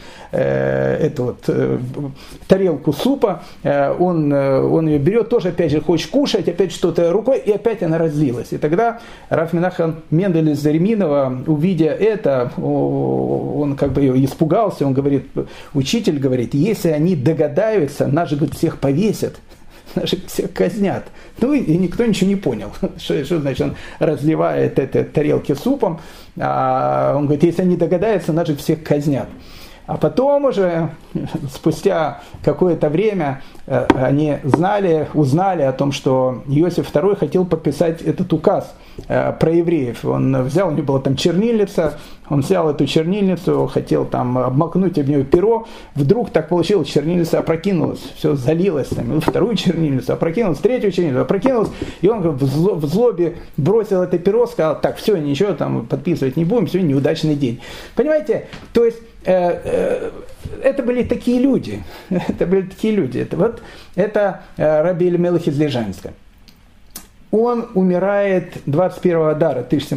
тарелку супа, он ее берет, тоже опять же хочет кушать, опять что-то рукой, и опять она разлилась. И тогда Рав Менахем Мендель из Реминова, увидя это, он испугался, он говорит, учитель говорит, если они догадаются, нас же всех повесят, нас же всех казнят. И никто ничего не понял, что значит он разливает эти тарелки супом, он говорит, если они догадаются, нас же всех казнят. А потом уже, спустя какое-то время, они узнали о том, что Иосиф II хотел подписать этот указ про евреев. Он взял, у него была там чернильница, он взял эту чернильницу, хотел там обмакнуть в нее перо, вдруг так получилось, чернильница опрокинулась, все залилось, вторую чернильницу опрокинулась, третью чернильницу опрокинулась, и он в злобе бросил это перо, сказал, так, все, ничего там подписывать не будем, сегодня неудачный день. Понимаете, то есть это были такие люди. Это Раби Элимелех из Лежанска. он умирает 21 Адара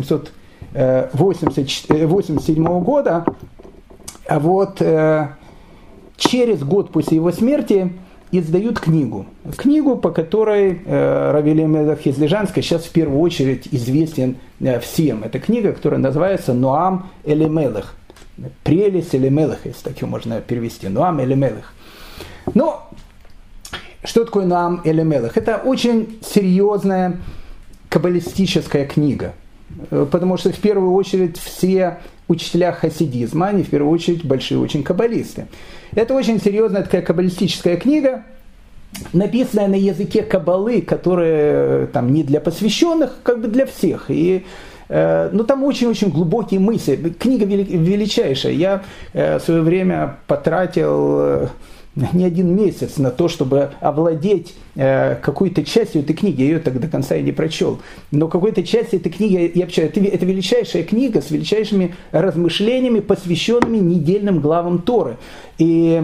1787 года, а вот через год после его смерти издают книгу, по которой Раби Элимелех из Лежанска сейчас в первую очередь известен всем. Это книга, которая называется «Ноам Элимелех». «Прелесть Элимелеха», если так ее можно перевести. «Ноам Элимелех». Но что такое «Ноам Элимелех»? Это очень серьезная каббалистическая книга, потому что в первую очередь все учителя хасидизма, они в первую очередь большие очень каббалисты. Это очень серьезная такая каббалистическая книга, написанная на языке каббалы, которая там не для посвященных, как бы для всех. Но там очень-очень глубокие мысли. Книга величайшая. Я в свое время потратил не один месяц на то, чтобы овладеть какой-то частью этой книги. Я ее так до конца и не прочел. Но какой-то частью этой книги это величайшая книга с величайшими размышлениями, посвященными недельным главам Торы. И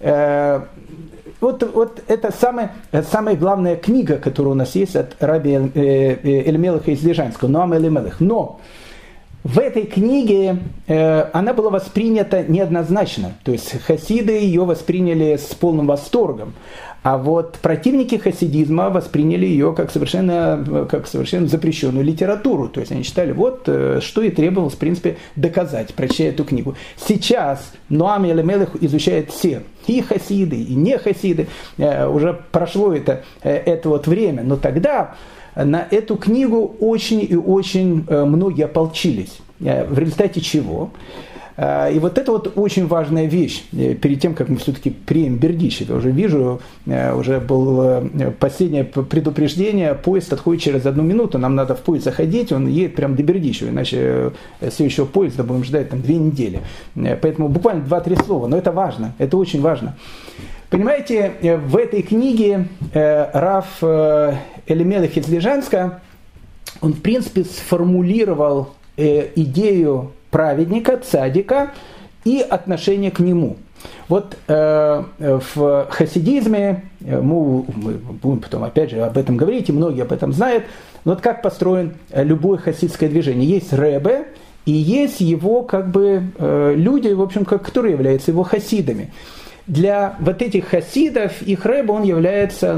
вот это самая главная книга, которая у нас есть от Раби Элимелеха из Лежанского, «Ноам Элимелех». Но в этой книге она была воспринята неоднозначно. То есть хасиды ее восприняли с полным восторгом. А вот противники хасидизма восприняли ее как совершенно запрещенную литературу. То есть они считали, что и требовалось, в принципе, доказать, прочитая эту книгу. Сейчас Ноам Элимелех изучают все. И хасиды, и не хасиды. Уже прошло это время. Но тогда на эту книгу очень и очень многие ополчились. В результате чего? И вот это вот очень важная вещь. Перед тем, как мы все-таки примем Бердичева, уже вижу, уже было последнее предупреждение, поезд отходит через 1 минуту, нам надо в поезд заходить, он едет прямо до Бердичева, иначе следующего поезда будем ждать там 2 недели. Поэтому буквально 2-3 слова, но это важно, это очень важно. Понимаете, в этой книге Рав Элимелех из Лежанска, он в принципе сформулировал идею праведника, цадика и отношение к нему. Вот в хасидизме, мы будем потом опять же об этом говорить, и многие об этом знают, но вот как построен любое хасидское движение. Есть ребе, и есть его люди, в общем, которые являются его хасидами. Для вот этих хасидов их ребе, он является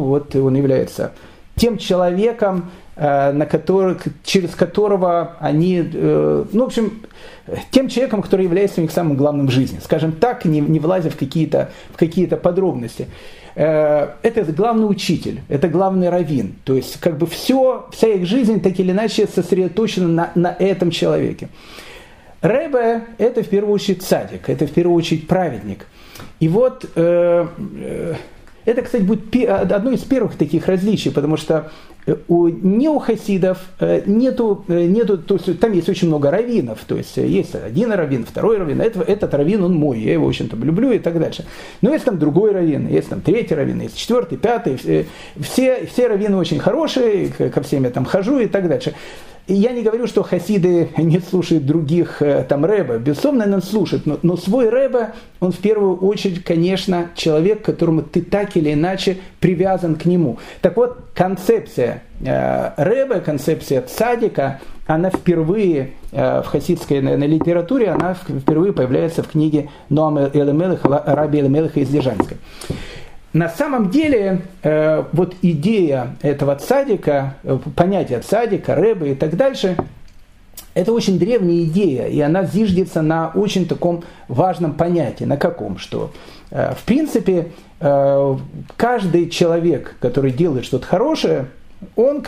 тем человеком, через которого они, тем человеком, который является у них самым главным в жизни. Скажем так, не влазя в какие-то подробности. Это главный учитель, это главный раввин. То есть, вся их жизнь так или иначе сосредоточена на этом человеке. Ребе – это в первую очередь цадик, это в первую очередь праведник. И вот это, кстати, будет одно из первых таких различий, потому что у хасидов нету, то есть там есть очень много раввинов, то есть есть один раввин, второй раввин, этот раввин, он мой, я его, в общем-то, люблю и так дальше. Но есть там другой раввин, есть там третий раввин, есть четвертый, пятый, все раввины очень хорошие, ко всем я там хожу и так дальше. И я не говорю, что хасиды не слушают других там ребе, безусловно, они слушают, но свой ребе, он в первую очередь, конечно, человек, к которому ты так или иначе привязан к нему. Так вот, концепция ребе, концепция цадика, она впервые в хасидской литературе, она впервые появляется в книге Ноам Элимелех, Раби Элимелеха из Лежанска. На самом деле, вот идея этого цадика, понятие цадика, ребе и так дальше, это очень древняя идея, и она зиждется на очень таком важном понятии. На каком? Что, в принципе, каждый человек, который делает что-то хорошее, он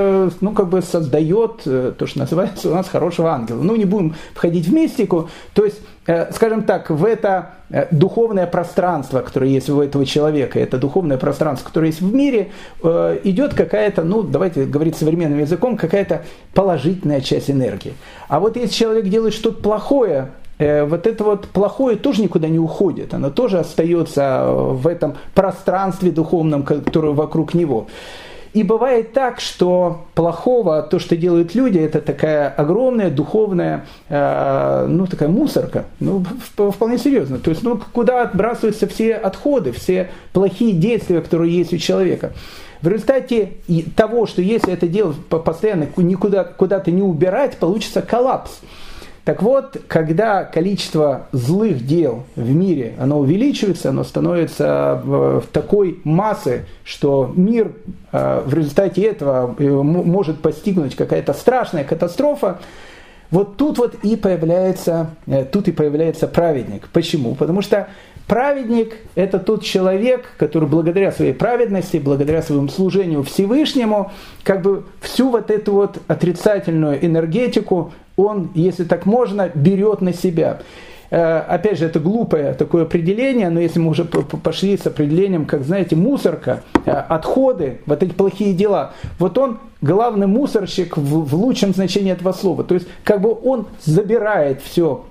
создает то, что называется у нас хорошего ангела. Не будем входить в мистику. То есть, скажем так, в это духовное пространство, которое есть у этого человека, это духовное пространство, которое есть в мире, идет какая-то, давайте говорить современным языком, какая-то положительная часть энергии. А вот если человек делает что-то плохое, вот это вот плохое тоже никуда не уходит, оно тоже остается в этом пространстве духовном, которое вокруг него. И бывает так, что плохого, то, что делают люди, это такая огромная духовная, такая мусорка, вполне серьезно. То есть, куда отбрасываются все отходы, все плохие действия, которые есть у человека. В результате того, что если это делать постоянно, куда-то не убирать, получится коллапс. Так вот, когда количество злых дел в мире, оно увеличивается, оно становится в такой массы, что мир в результате этого может постигнуть какая-то страшная катастрофа, вот тут и появляется праведник. Почему? Потому что праведник – это тот человек, который благодаря своей праведности, благодаря своему служению Всевышнему, всю эту отрицательную энергетику он, если так можно, берет на себя. Опять же, это глупое такое определение, но если мы уже пошли с определением, как, знаете, мусорка, отходы, эти плохие дела, он главный мусорщик в лучшем значении этого слова. То есть, он забирает все,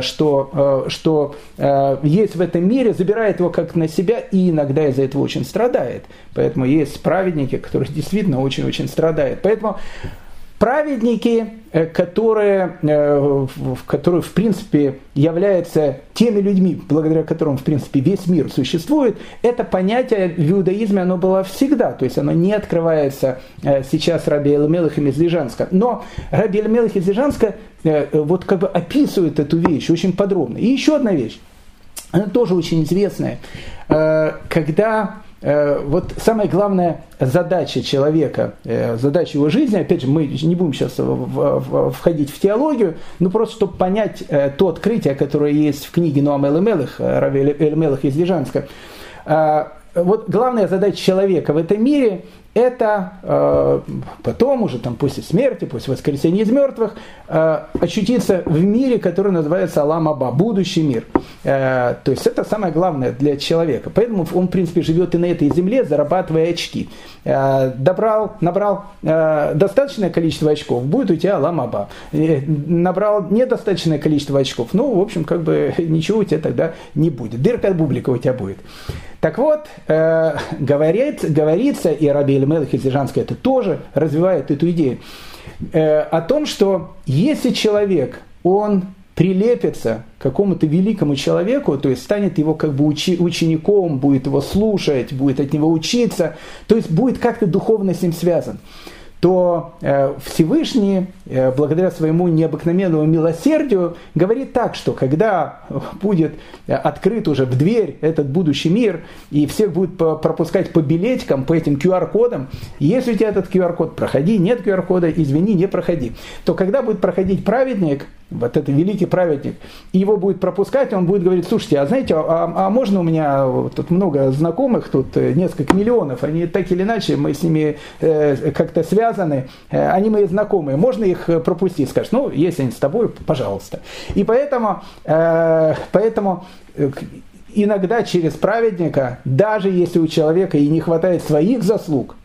что есть в этом мире, забирает его как на себя и иногда из-за этого очень страдает. Поэтому есть праведники, которые действительно очень-очень страдают. Поэтому праведники, которые, в принципе, являются теми людьми, благодаря которым, в принципе, весь мир существует, это понятие в иудаизме, оно было всегда, то есть оно не открывается сейчас Раби Элимелехом из Лежанска. Но Раби Элимелех из Лежанска описывает эту вещь очень подробно. И еще одна вещь, она тоже очень известная, когда... самая главная задача человека, задача его жизни, опять же, мы не будем сейчас входить в теологию, но просто чтобы понять то открытие, которое есть в книге Ноам Элимелех, Раби Элимелех из Лежанска. Главная задача человека в этом мире – это потом, уже после смерти, после воскресения из мертвых, очутиться в мире, который называется Олам Аба, будущий мир. То есть это самое главное для человека. Поэтому он, в принципе, живет и на этой земле, зарабатывая очки. Набрал достаточное количество очков, будет у тебя Олам Аба. Набрал недостаточное количество очков, в общем, ничего у тебя тогда не будет. Дырка от бублика у тебя будет. Так вот, говорится, и Раби Элимелех из Лежанска это тоже развивает эту идею, о том, что если человек, он прилепится к какому-то великому человеку, то есть станет его учеником, будет его слушать, будет от него учиться, то есть будет как-то духовно с ним связан, то Всевышний, благодаря своему необыкновенному милосердию, говорит так, что когда будет открыт уже в дверь этот будущий мир, и всех будет пропускать по билетикам, по этим QR-кодам, если у тебя этот QR-код, проходи, нет QR-кода, извини, не проходи, то когда будет проходить праведник, этот великий праведник, и его будет пропускать, он будет говорить: слушайте, а знаете, а можно у меня тут много знакомых, тут несколько миллионов, они так или иначе, мы с ними как-то связаны, они мои знакомые, можно их пропустить? Скажешь, если они с тобой, пожалуйста. И поэтому иногда через праведника, даже если у человека и не хватает своих заслуг,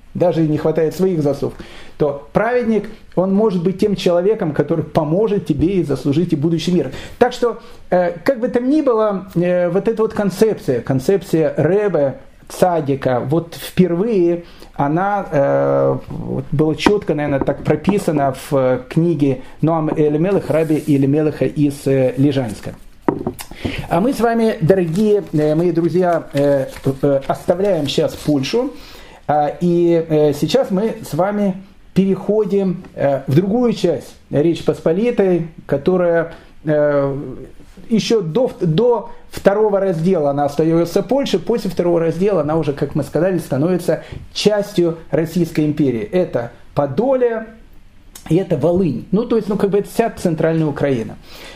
то праведник, он может быть тем человеком, который поможет тебе и заслужить и будущий мир. Так что, как бы там ни было, эта концепция Ребе, цадика, впервые она была четко, наверное, так прописана в книге Ноам Элимелех, Раби Элимелеха из Лежанска. А мы с вами, дорогие мои друзья, оставляем сейчас Польшу, и сейчас мы с вами переходим в другую часть Речи Посполитой, которая еще до второго раздела она остается Польшей, после второго раздела она уже, как мы сказали, становится частью Российской империи. Это Подоле и это Волынь. Это вся центральная Украина.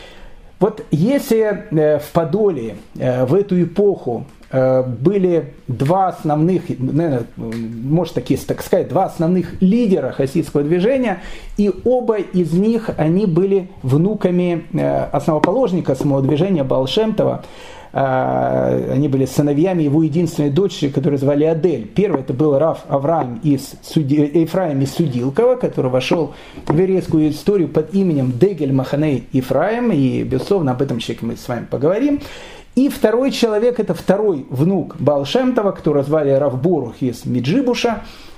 Если в Подоле в эту эпоху были два основных, наверное, можно так сказать, два основных лидера хасидского движения, и оба из них, они были внуками основоположника самого движения Баал Шем Това. Они были сыновьями его единственной дочери, которую звали Адель. Первый это был Рав Ефраим из Судилкова, который вошел в еврейскую историю под именем Дегель Маханей Ефраим, и, безусловно, об этом человеке мы с вами поговорим. И второй человек, это второй внук Баал Шем Това, которого звали Рав Борух из Меджибуша.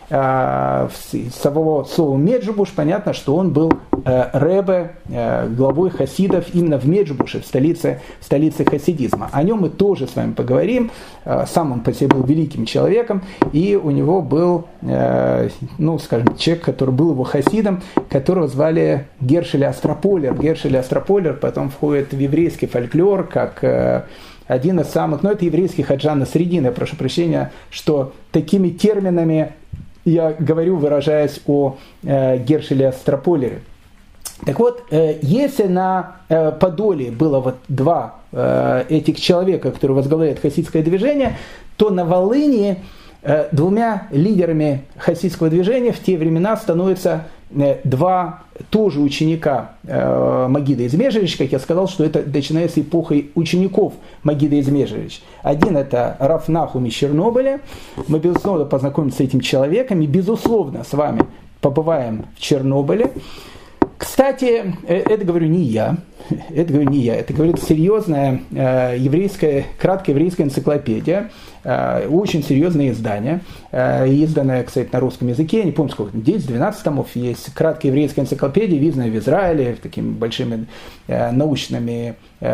самого слова Меджибуш понятно, что он был ребе, главой хасидов именно в Меджибуше, в столице хасидизма. О нем мы тоже с вами поговорим. Сам он по себе был великим человеком, и у него был, скажем, человек, который был его хасидом, которого звали Гершель Астрополер. Гершель Астрополер потом входит в еврейский фольклор как один из самых, это еврейский Хаджан Насреддин, я прошу прощения, что такими терминами я говорю, выражаясь о Гершеле Астрополере. Так вот, если на Подоле было два этих человека, которые возглавляют хасидское движение, то на Волыни двумя лидерами хасидского движения в те времена становятся два тоже ученика Магида из Межерич. Как я сказал, что это начинается эпохой учеников Магида из Межерич. Один это Рав Нахум из Чернобыля. Мы, безусловно, познакомимся с этим человеком и, безусловно, с вами побываем в Чернобыле. Кстати, это говорю не я, это говорит серьезная краткая еврейская энциклопедия, очень серьезное издание, изданное, кстати, на русском языке, я не помню сколько, 10-12 томов, есть краткая еврейская энциклопедия, изданная в Израиле, такими большими научными,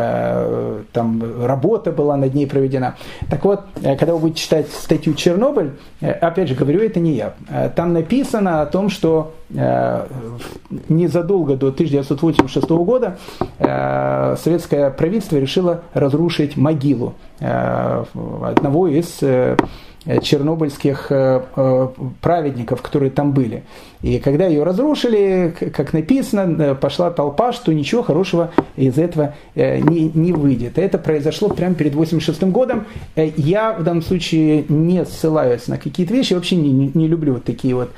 там работа была над ней проведена. Так вот, когда вы будете читать статью «Чернобыль», опять же говорю, это не я, там написано о том, что незадолго до 1986 года советское правительство решило разрушить могилу одного из чернобыльских праведников, которые там были. И когда ее разрушили, как написано, пошла толпа, что ничего хорошего из этого не выйдет. Это произошло прямо перед 1986 годом. Я в данном случае не ссылаюсь на какие-то вещи, вообще не люблю вот такие вот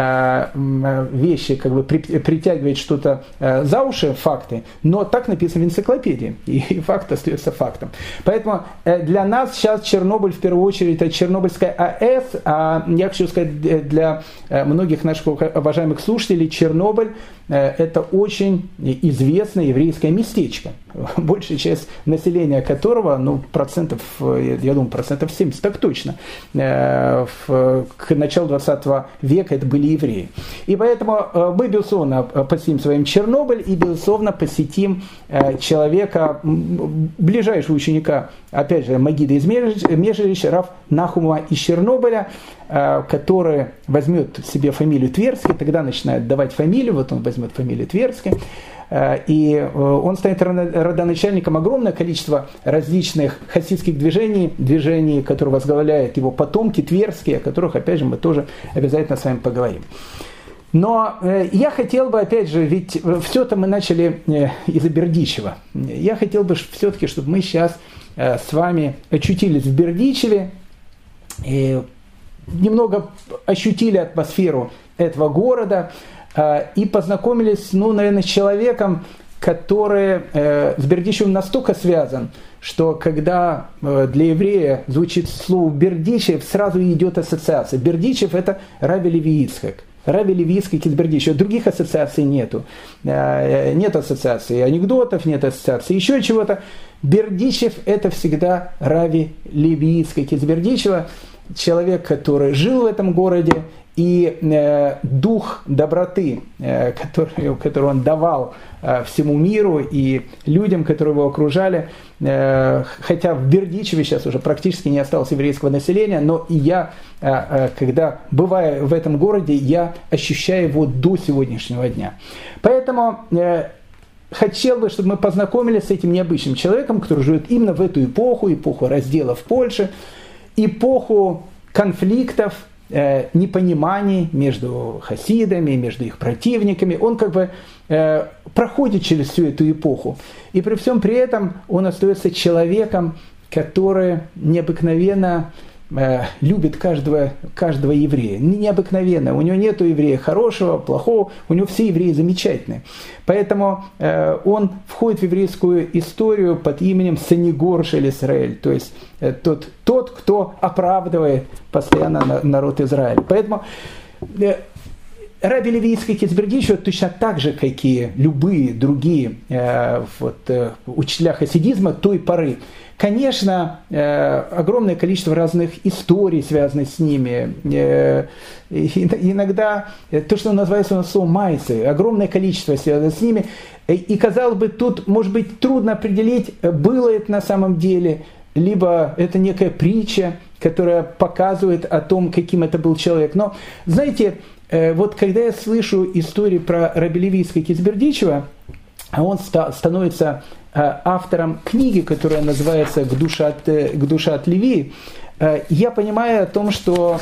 вещи, как бы притягивать что-то за уши, факты, но так написано в энциклопедии, и факт остается фактом. Поэтому для нас сейчас Чернобыль в первую очередь это Чернобыльская АЭС, а я хочу сказать для многих наших уважаемых слушателей, Чернобыль это очень известное еврейское местечко, большая часть населения которого, процентов 70 так точно, к началу 20 века это были евреи. И поэтому мы, безусловно, посетим с вами Чернобыль и, безусловно, посетим человека, ближайшего ученика, опять же, Магида из Межерича, Рав Нахума из Чернобыля, который возьмет себе фамилию Тверский, тогда начинает давать фамилию, вот он возьмет фамилию Тверский, и он станет родоначальником огромного количества различных хасидских движений, которые возглавляют его потомки Тверские, о которых, опять же, мы тоже обязательно с вами поговорим. Но я хотел бы, опять же, ведь все-то мы начали из-за Бердичева. Я хотел бы все-таки, чтобы мы сейчас с вами очутились в Бердичеве и немного ощутили атмосферу этого города и познакомились, наверное, с человеком, который с Бердичевым настолько связан, что когда для еврея звучит слово «Бердичев», сразу идет ассоциация. Бердичев – это Раби Леви Ицхак. Раби Леви Ицхак из Бердичева. Других ассоциаций нету. Нет ассоциаций анекдотов, нет ассоциаций еще чего-то. Бердичев – это всегда Раби Леви Ицхак из Бердичева. Человек, который жил в этом городе, и дух доброты, который он давал всему миру и людям, которые его окружали, хотя в Бердичеве сейчас уже практически не осталось еврейского населения, но и я, когда бываю в этом городе, я ощущаю его до сегодняшнего дня. Поэтому хотел бы, чтобы мы познакомились с этим необычным человеком, который живет именно в эту эпоху раздела в Польше, эпоху конфликтов, непониманий между хасидами, между их противниками. Он как бы проходит через всю эту эпоху. И при всем при этом он остается человеком, который необыкновенно любит каждого еврея. Необыкновенно. У него нет еврея хорошего, плохого, у него все евреи замечательные. Поэтому он входит в еврейскую историю под именем Санигор шель Исраэль, то есть тот, кто оправдывает постоянно народ Израиля. Поэтому Раби Леви Ицхак из Бердичева точно так же, как и любые другие учителя хасидизма той поры. Конечно, огромное количество разных историй, связанных с ними. Иногда то, что называется словом майсы, огромное количество связано с ними. И, казалось бы, тут, может быть, трудно определить, было это на самом деле, либо это некая притча, которая показывает о том, каким это был человек. Но, знаете, вот когда я слышу истории про Раби Леви Ицхака из Бердичева, он становится автором книги, которая называется «Гдушат Леви», я понимаю о том, что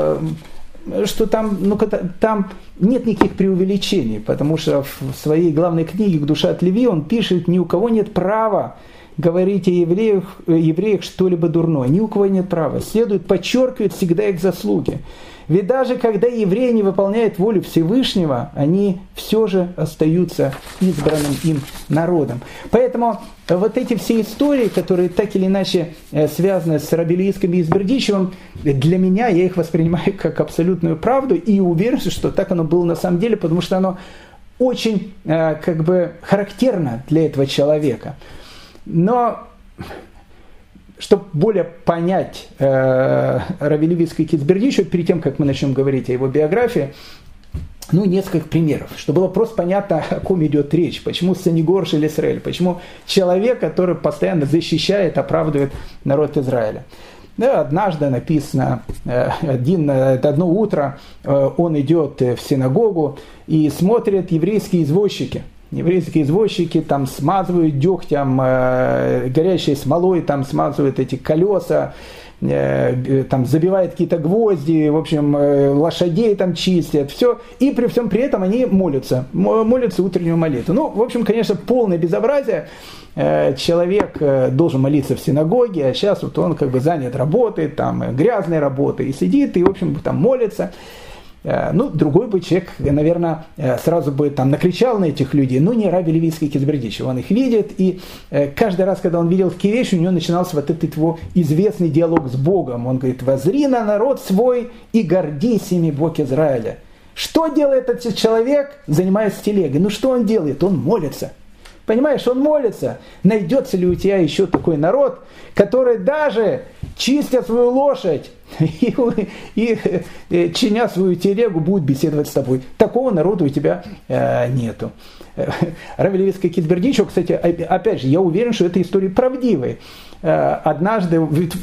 там нет никаких преувеличений, потому что в своей главной книге «Гдушат Леви» он пишет: ни у кого нет права говорить о евреях что-либо дурное, ни у кого нет права. Следует подчеркивать всегда их заслуги. Ведь даже когда евреи не выполняют волю Всевышнего, они все же остаются избранным им народом. Поэтому вот эти все истории, которые так или иначе связаны с Раби Леви Ицхаком из Бердичевым, для меня, я их воспринимаю как абсолютную правду и уверен, что так оно было на самом деле, потому что оно очень характерно для этого человека. Но чтобы более понять Раби Леви Ицхака из Бердичева, перед тем, как мы начнем говорить о его биографии, несколько примеров, чтобы было просто понятно, о ком идет речь, почему Санигор шель Исраэль, почему человек, который постоянно защищает, оправдывает народ Израиля. Да, однажды написано, одно утро он идет в синагогу и смотрят еврейские извозчики. Еврейские извозчики там смазывают дегтем, горящей смолой, там смазывают эти колеса, там забивают какие-то гвозди, в общем, лошадей там чистят, все. И при всем при этом они молятся утреннюю молитву. В общем, конечно, полное безобразие. Человек должен молиться в синагоге, а сейчас вот он занят работой, там грязной работой, и сидит, и, в общем, там молится. Другой бы человек, наверное, сразу бы там накричал на этих людей, но не Раби Леви Ицхак из Бердичева. Он их видит, и каждый раз, когда он видел такие вещи, у него начинался вот этот его известный диалог с Богом. Он говорит: «Возри на народ свой и гордись ими, Бог Израиля». Что делает этот человек, занимаясь телегой? Что он делает? Он молится. Понимаешь, он молится. Найдется ли у тебя еще такой народ, который даже чистя свою лошадь и чиня свою телегу, будет беседовать с тобой? Такого народа у тебя нету. Раби Леви Ицхак из Бердичева, кстати, опять же, я уверен, что эта история правдивая. Однажды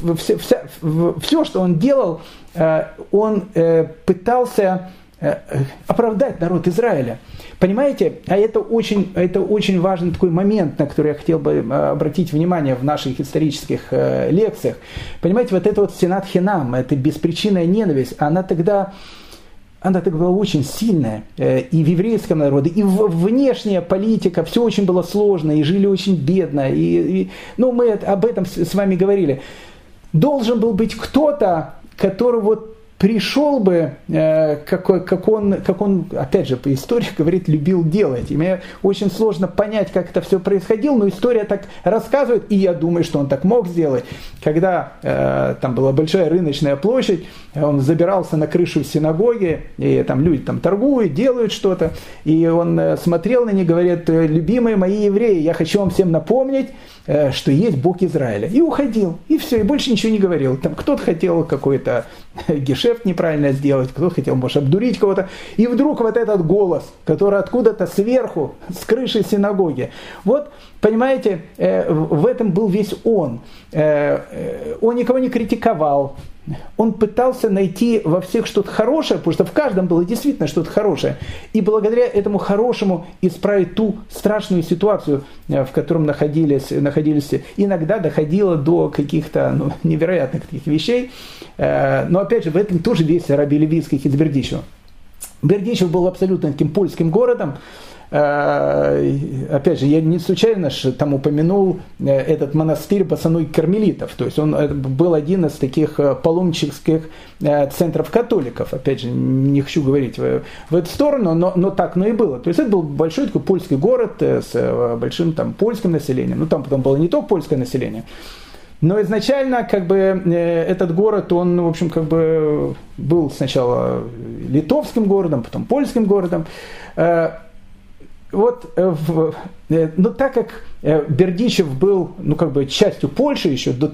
все, что он делал, он пытался оправдать народ Израиля. Понимаете, это очень важный такой момент, на который я хотел бы обратить внимание в наших исторических лекциях. Понимаете, вот это вот сенат хинам, это беспричинная ненависть, она тогда была очень сильная и в еврейском народе, и внешняя политика, все очень было сложно, и жили очень бедно. Мы об этом с вами говорили. Должен был быть кто-то, который пришел бы, как он, опять же, по истории говорит, любил делать. И мне очень сложно понять, как это все происходило, но история так рассказывает, и я думаю, что он так мог сделать. Когда там была большая рыночная площадь, он забирался на крышу синагоги, и там люди там торгуют, делают что-то, и он смотрел на них, говорит: «Любимые мои евреи, я хочу вам всем напомнить, что есть Бог Израиля». И уходил, и все, и больше ничего не говорил. Там кто-то хотел какой-то гешефт неправильно сделать, кто-то хотел, может, обдурить кого-то. И вдруг вот этот голос, который откуда-то сверху, с крыши синагоги. Понимаете, в этом был весь он. Он никого не критиковал. Он пытался найти во всех что-то хорошее, потому что в каждом было действительно что-то хорошее. И благодаря этому хорошему исправить ту страшную ситуацию, в котором находились. Иногда доходило до каких-то невероятных таких вещей. Но опять же, в этом тоже весь Раби Леви Ицхак из Бердичева. Бердичев был абсолютно таким польским городом. Опять же, я не случайно там упомянул этот монастырь босоной кармелитов. То есть он был один из таких паломнических центров католиков. Опять же, не хочу говорить в эту сторону, но так и было. То есть это был большой такой польский город с большим там польским населением. Там потом было не только польское население. Но изначально как бы этот город, он, в общем, как бы был сначала литовским городом, потом польским городом. Вот, но так как Бердичев был, ну, как бы частью Польши еще до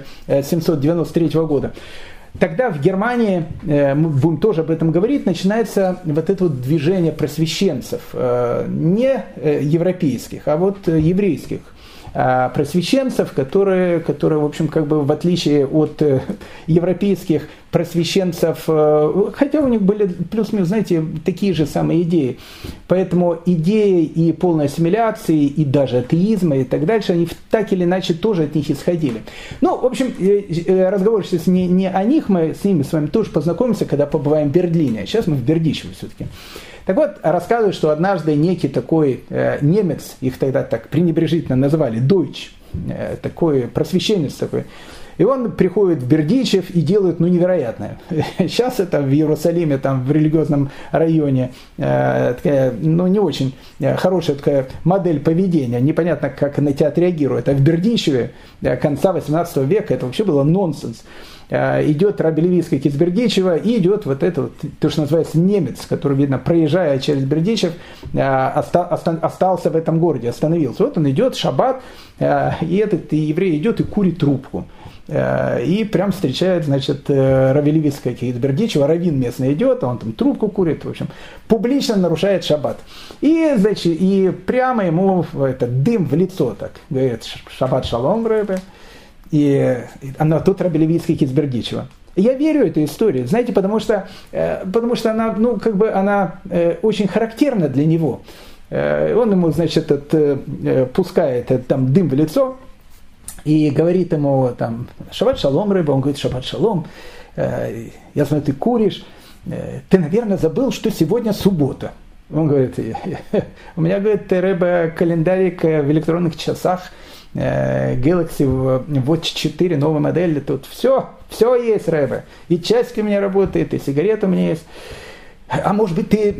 1793 года, тогда в Германии, мы будем тоже об этом говорить, начинается вот это вот движение просвещенцев, не европейских, а вот еврейских просвещенцев, которые, в общем, как бы в отличие от европейских просвещенцев, хотя у них были плюс-минус, знаете, такие же самые идеи. Поэтому идеи и полной ассимиляции, и даже атеизма и так дальше, они так или иначе тоже от них исходили. Ну, в общем, разговор сейчас не о них, мы с ними с вами тоже познакомимся, когда побываем в Берлине. Сейчас мы в Бердичеве все-таки. Так вот, рассказывают, что однажды некий такой немец, их тогда так пренебрежительно называли, Дойч, такой просвещенец такой, и он приходит в Бердичев и делает, ну, невероятное. Сейчас это в Иерусалиме, там, в религиозном районе, такая, ну, не очень хорошая такая модель поведения. Непонятно, как на тебя отреагируют. А в Бердичеве конца 18 века это вообще было нонсенс. Идет Раби Леви из Бердичева, и идет вот это вот, то, что называется немец, который, видно, проезжая через Бердичев, остался в этом городе, остановился. Вот он идет, шаббат, и этот еврей идет и курит трубку. И прям встречает, значит, Раби Леви из Бердичева, раввин местный идет, он там трубку курит, в общем, публично нарушает шаббат. И, значит, и прямо ему этот дым в лицо так говорит: шаббат шалом, Рэбе. И она тут Раби Леви из Бердичева. Я верю этой истории, знаете, потому что она, ну, как бы она очень характерна для него. Он ему, значит, пускает там дым в лицо и говорит ему там: шаббат шалом, Рэбе. Он говорит: шаббат шалом, я смотрю, ты куришь, ты, наверное, забыл, что сегодня суббота. Он говорит: у меня, говорит, Рэбе, календарик в электронных часах, Galaxy Watch 4, новая модель, тут все есть, Рэбе. И часики у меня работают, и сигареты у меня есть. А может быть, ты,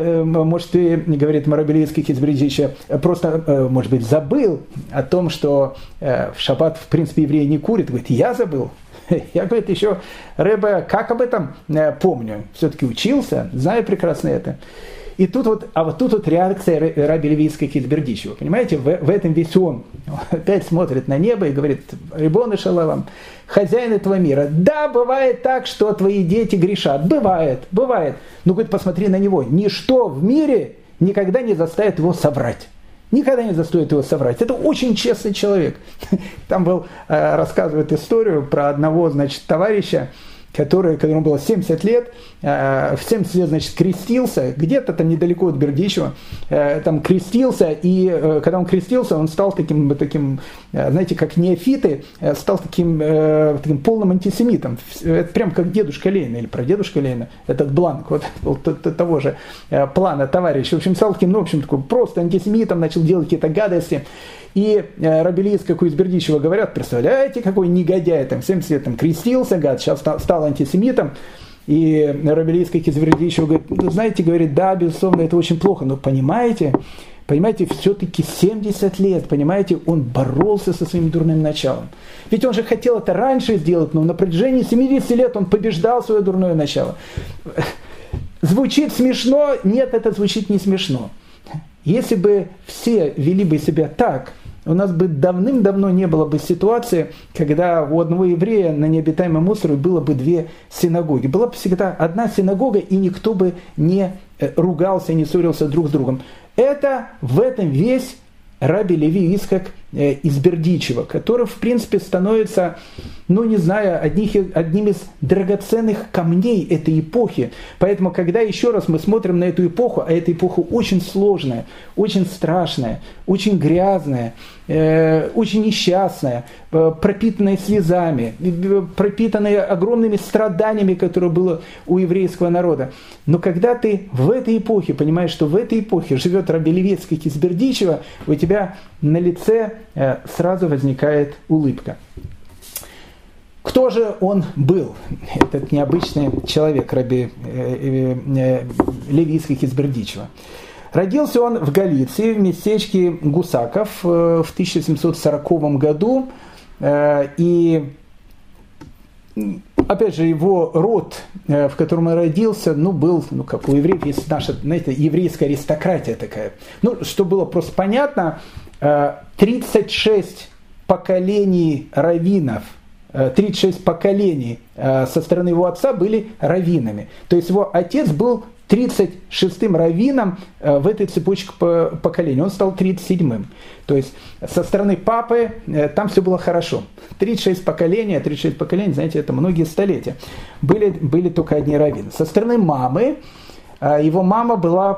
говорит Раби Леви из Бердичева, просто, может быть, забыл о том, что в шаббат, в принципе, евреи не курят. Говорит: я забыл. Я, говорит, еще, Рэбе, как об этом помню? Все-таки учился, знаю прекрасно это. И тут вот, тут вот реакция Раби Леви из Бердичева. Понимаете, в этом весь он опять смотрит на небо и говорит: Рибону шел олам, хозяин этого мира, да, бывает так, что твои дети грешат. Бывает. Но, говорит, посмотри на него. Ничто в мире никогда не заставит его соврать. Никогда не заставит его соврать. Это очень честный человек. Там рассказывает историю про одного, значит, товарища, которому было 70 лет, в 70 лет, значит, крестился, где-то там недалеко от Бердичева, там крестился, и когда он крестился, он стал таким, знаете, как неофиты, стал таким полным антисемитом, это прям как дедушка Ленина, или прадедушка Ленина, этот Бланк, вот того же плана товарищ, в общем, стал таким, ну, в общем, такой просто антисемитом, начал делать какие-то гадости. И Раби Леви из Бердичева говорят: представляете, какой негодяй, там, 70 лет там, крестился, гад, сейчас стал антисемитом. И Раби Леви из Бердичева говорит: ну, знаете, говорит, да, безусловно, это очень плохо, но понимаете, все-таки 70 лет, понимаете, он боролся со своим дурным началом. Ведь он же хотел это раньше сделать, но на протяжении 70 лет он побеждал свое дурное начало. Звучит смешно? Нет, это звучит не смешно. Если бы все вели бы себя так, у нас бы давным-давно не было бы ситуации, когда у одного еврея на необитаемом острове было бы 2 синагоги. Была бы всегда одна синагога, и никто бы не ругался, не ссорился друг с другом. В этом весь Раби Леви из Бердичева, который, в принципе, становится, ну, не знаю, одним из драгоценных камней этой эпохи. Поэтому, когда еще раз мы смотрим на эту эпоху, а эта эпоха очень сложная, очень страшная, очень грязная, очень несчастная, пропитанная слезами, пропитанная огромными страданиями, которые было у еврейского народа. Но когда ты в этой эпохе понимаешь, что в этой эпохе живет Раби Леви из Бердичева, у тебя на лице сразу возникает улыбка. Кто же он был, этот необычный человек, Раби Леви из Бердичева? Родился он в Галиции, в местечке Гусаков в 1740 году. и опять же, его род, в котором он родился, был, как у евреев, есть наша, знаете, еврейская аристократия такая. Чтобы было просто понятно, 36 поколений раввинов, 36 поколений со стороны его отца были раввинами. То есть его отец был 36-м раввином в этой цепочке поколений. Он стал 37-м. То есть со стороны папы там все было хорошо. 36 поколений, знаете, это многие столетия. Были только одни раввины. Со стороны мамы, его мама была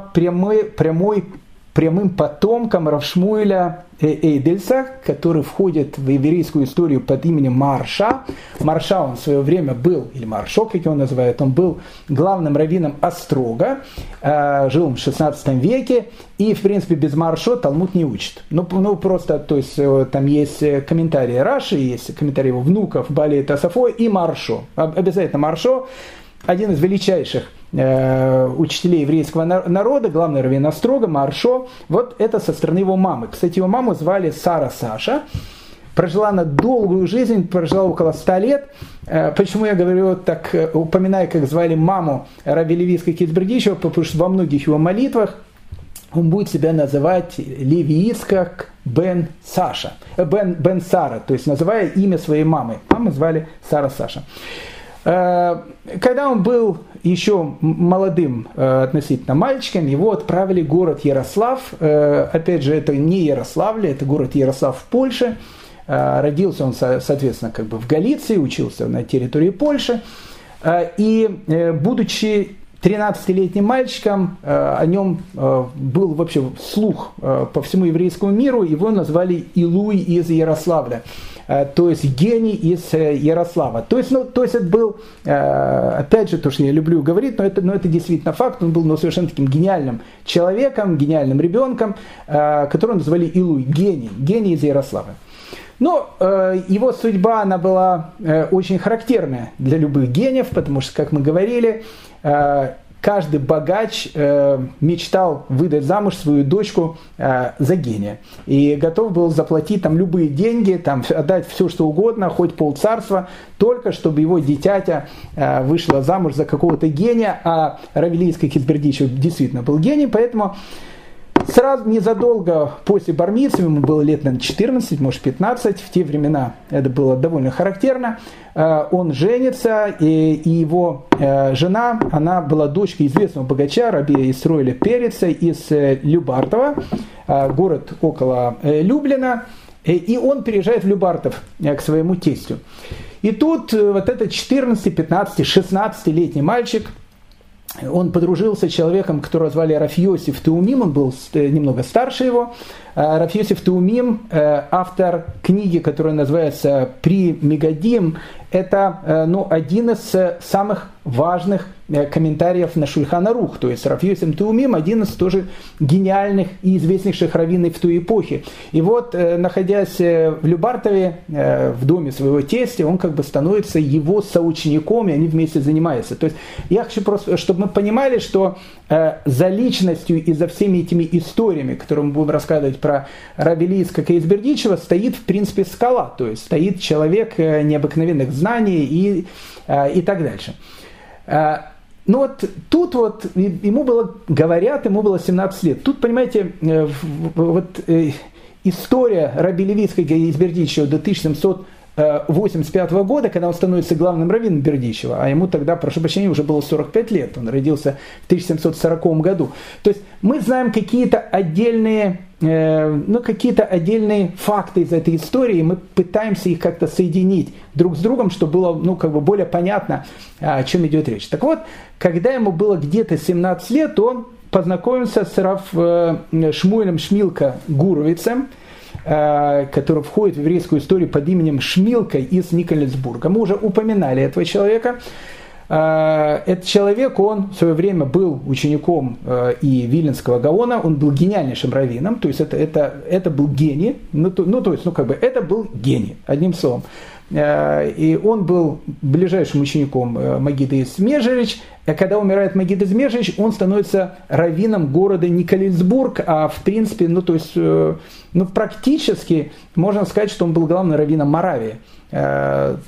прямым потомком Рав Шмуэля Эйдельса, который входит в еврейскую историю под именем Марша. Марша он в свое время был, или Маршо, как его называют, он был главным раввином Острога, жил он в 16 веке, и, в принципе, без Маршо Талмуд не учит. Просто, то есть, там есть комментарии Раши, есть комментарии его внуков, Бали Тосафо и Маршо. Обязательно Маршо, один из величайших учителей еврейского народа, главный раввин Острога, Маршо, вот это со стороны его мамы. Кстати, его маму звали Сара Саша, прожила она долгую жизнь, прожила около 100 лет. Почему я говорю так, упоминаю, как звали маму Раби Леви Ицхак Бердичева, потому что во многих его молитвах он будет себя называть Леви Ицхак бен Сара, то есть называя имя своей мамы. Маму звали Сара Саша. Когда он был еще молодым относительно мальчиком, его отправили в город Ярослав. Опять же, это не Ярославле, это город Ярослав в Польше. Родился он, соответственно, в Галиции, учился на территории Польши. И, будучи 13-летним мальчиком, о нем был вообще слух по всему еврейскому миру, его назвали Илуй из Ярославля, то есть гений из Ярослава. То есть это был, опять же, то, что я люблю говорить, но это действительно факт, он был совершенно таким гениальным человеком, гениальным ребенком, которого называли Илуй, гений из Ярослава. Но его судьба, она была очень характерная для любых гениев, потому что, как мы говорили, каждый богач мечтал выдать замуж свою дочку за гения. И готов был заплатить там любые деньги, отдать все, что угодно, хоть полцарства, только чтобы его дитятя вышло замуж за какого-то гения. А Раби Леви Ицхак Бердичев действительно был гений, поэтому сразу, незадолго после бар-мицвы, ему было лет, наверное, 14, может 15, в те времена это было довольно характерно, он женится, и его жена, она была дочкой известного богача, раби Исроэля Переца из Любартова, город около Люблина, и он переезжает в Любартов к своему тестю. И тут вот этот 14, 15, 16-летний мальчик, он подружился с человеком, которого звали Рав Йосиф Теумим, он был немного старше его. Рав Йосиф Теумим, автор книги, которая называется «При Мегадим», это один из самых важных комментариев на Шульхан Арух. То есть Рав Йосиф Теумим один из тоже гениальных и известнейших раввинов в той эпохе. И вот, находясь в Любартове, в доме своего тестя, он становится его соучеником, и они вместе занимаются. То есть я хочу просто, чтобы мы понимали, что за личностью и за всеми этими историями, которые мы будем рассказывать про Раби Леви Ицхака Бердичева, стоит, в принципе, скала. То есть стоит человек необыкновенных знаний и так дальше. Тут ему было 17 лет. Тут, понимаете, история Раби Леви Ицхака Бердичева до 1785 года, когда он становится главным раввином Бердичева, а ему тогда, прошу прощения, уже было 45 лет, он родился в 1740 году. То есть мы знаем какие-то отдельные факты из этой истории, и мы пытаемся их как-то соединить друг с другом, чтобы было более понятно, о чем идет речь. Так вот, когда ему было где-то 17 лет, он познакомился с Рав Шмуэлем Шмилка Гуровицем, который входит в еврейскую историю под именем Шмилка из Николесбурга. Мы уже упоминали этого человека. Этот человек, он в свое время был учеником и Виленского Гаона, он был гениальнейшим раввином, то есть это был гений, это был гений, одним словом. и он был ближайшим учеником Магиды из Межерич. Когда умирает Магид из Межерич, он становится раввином города Николесбург, а в принципе, практически можно сказать, что он был главным раввином Моравии. В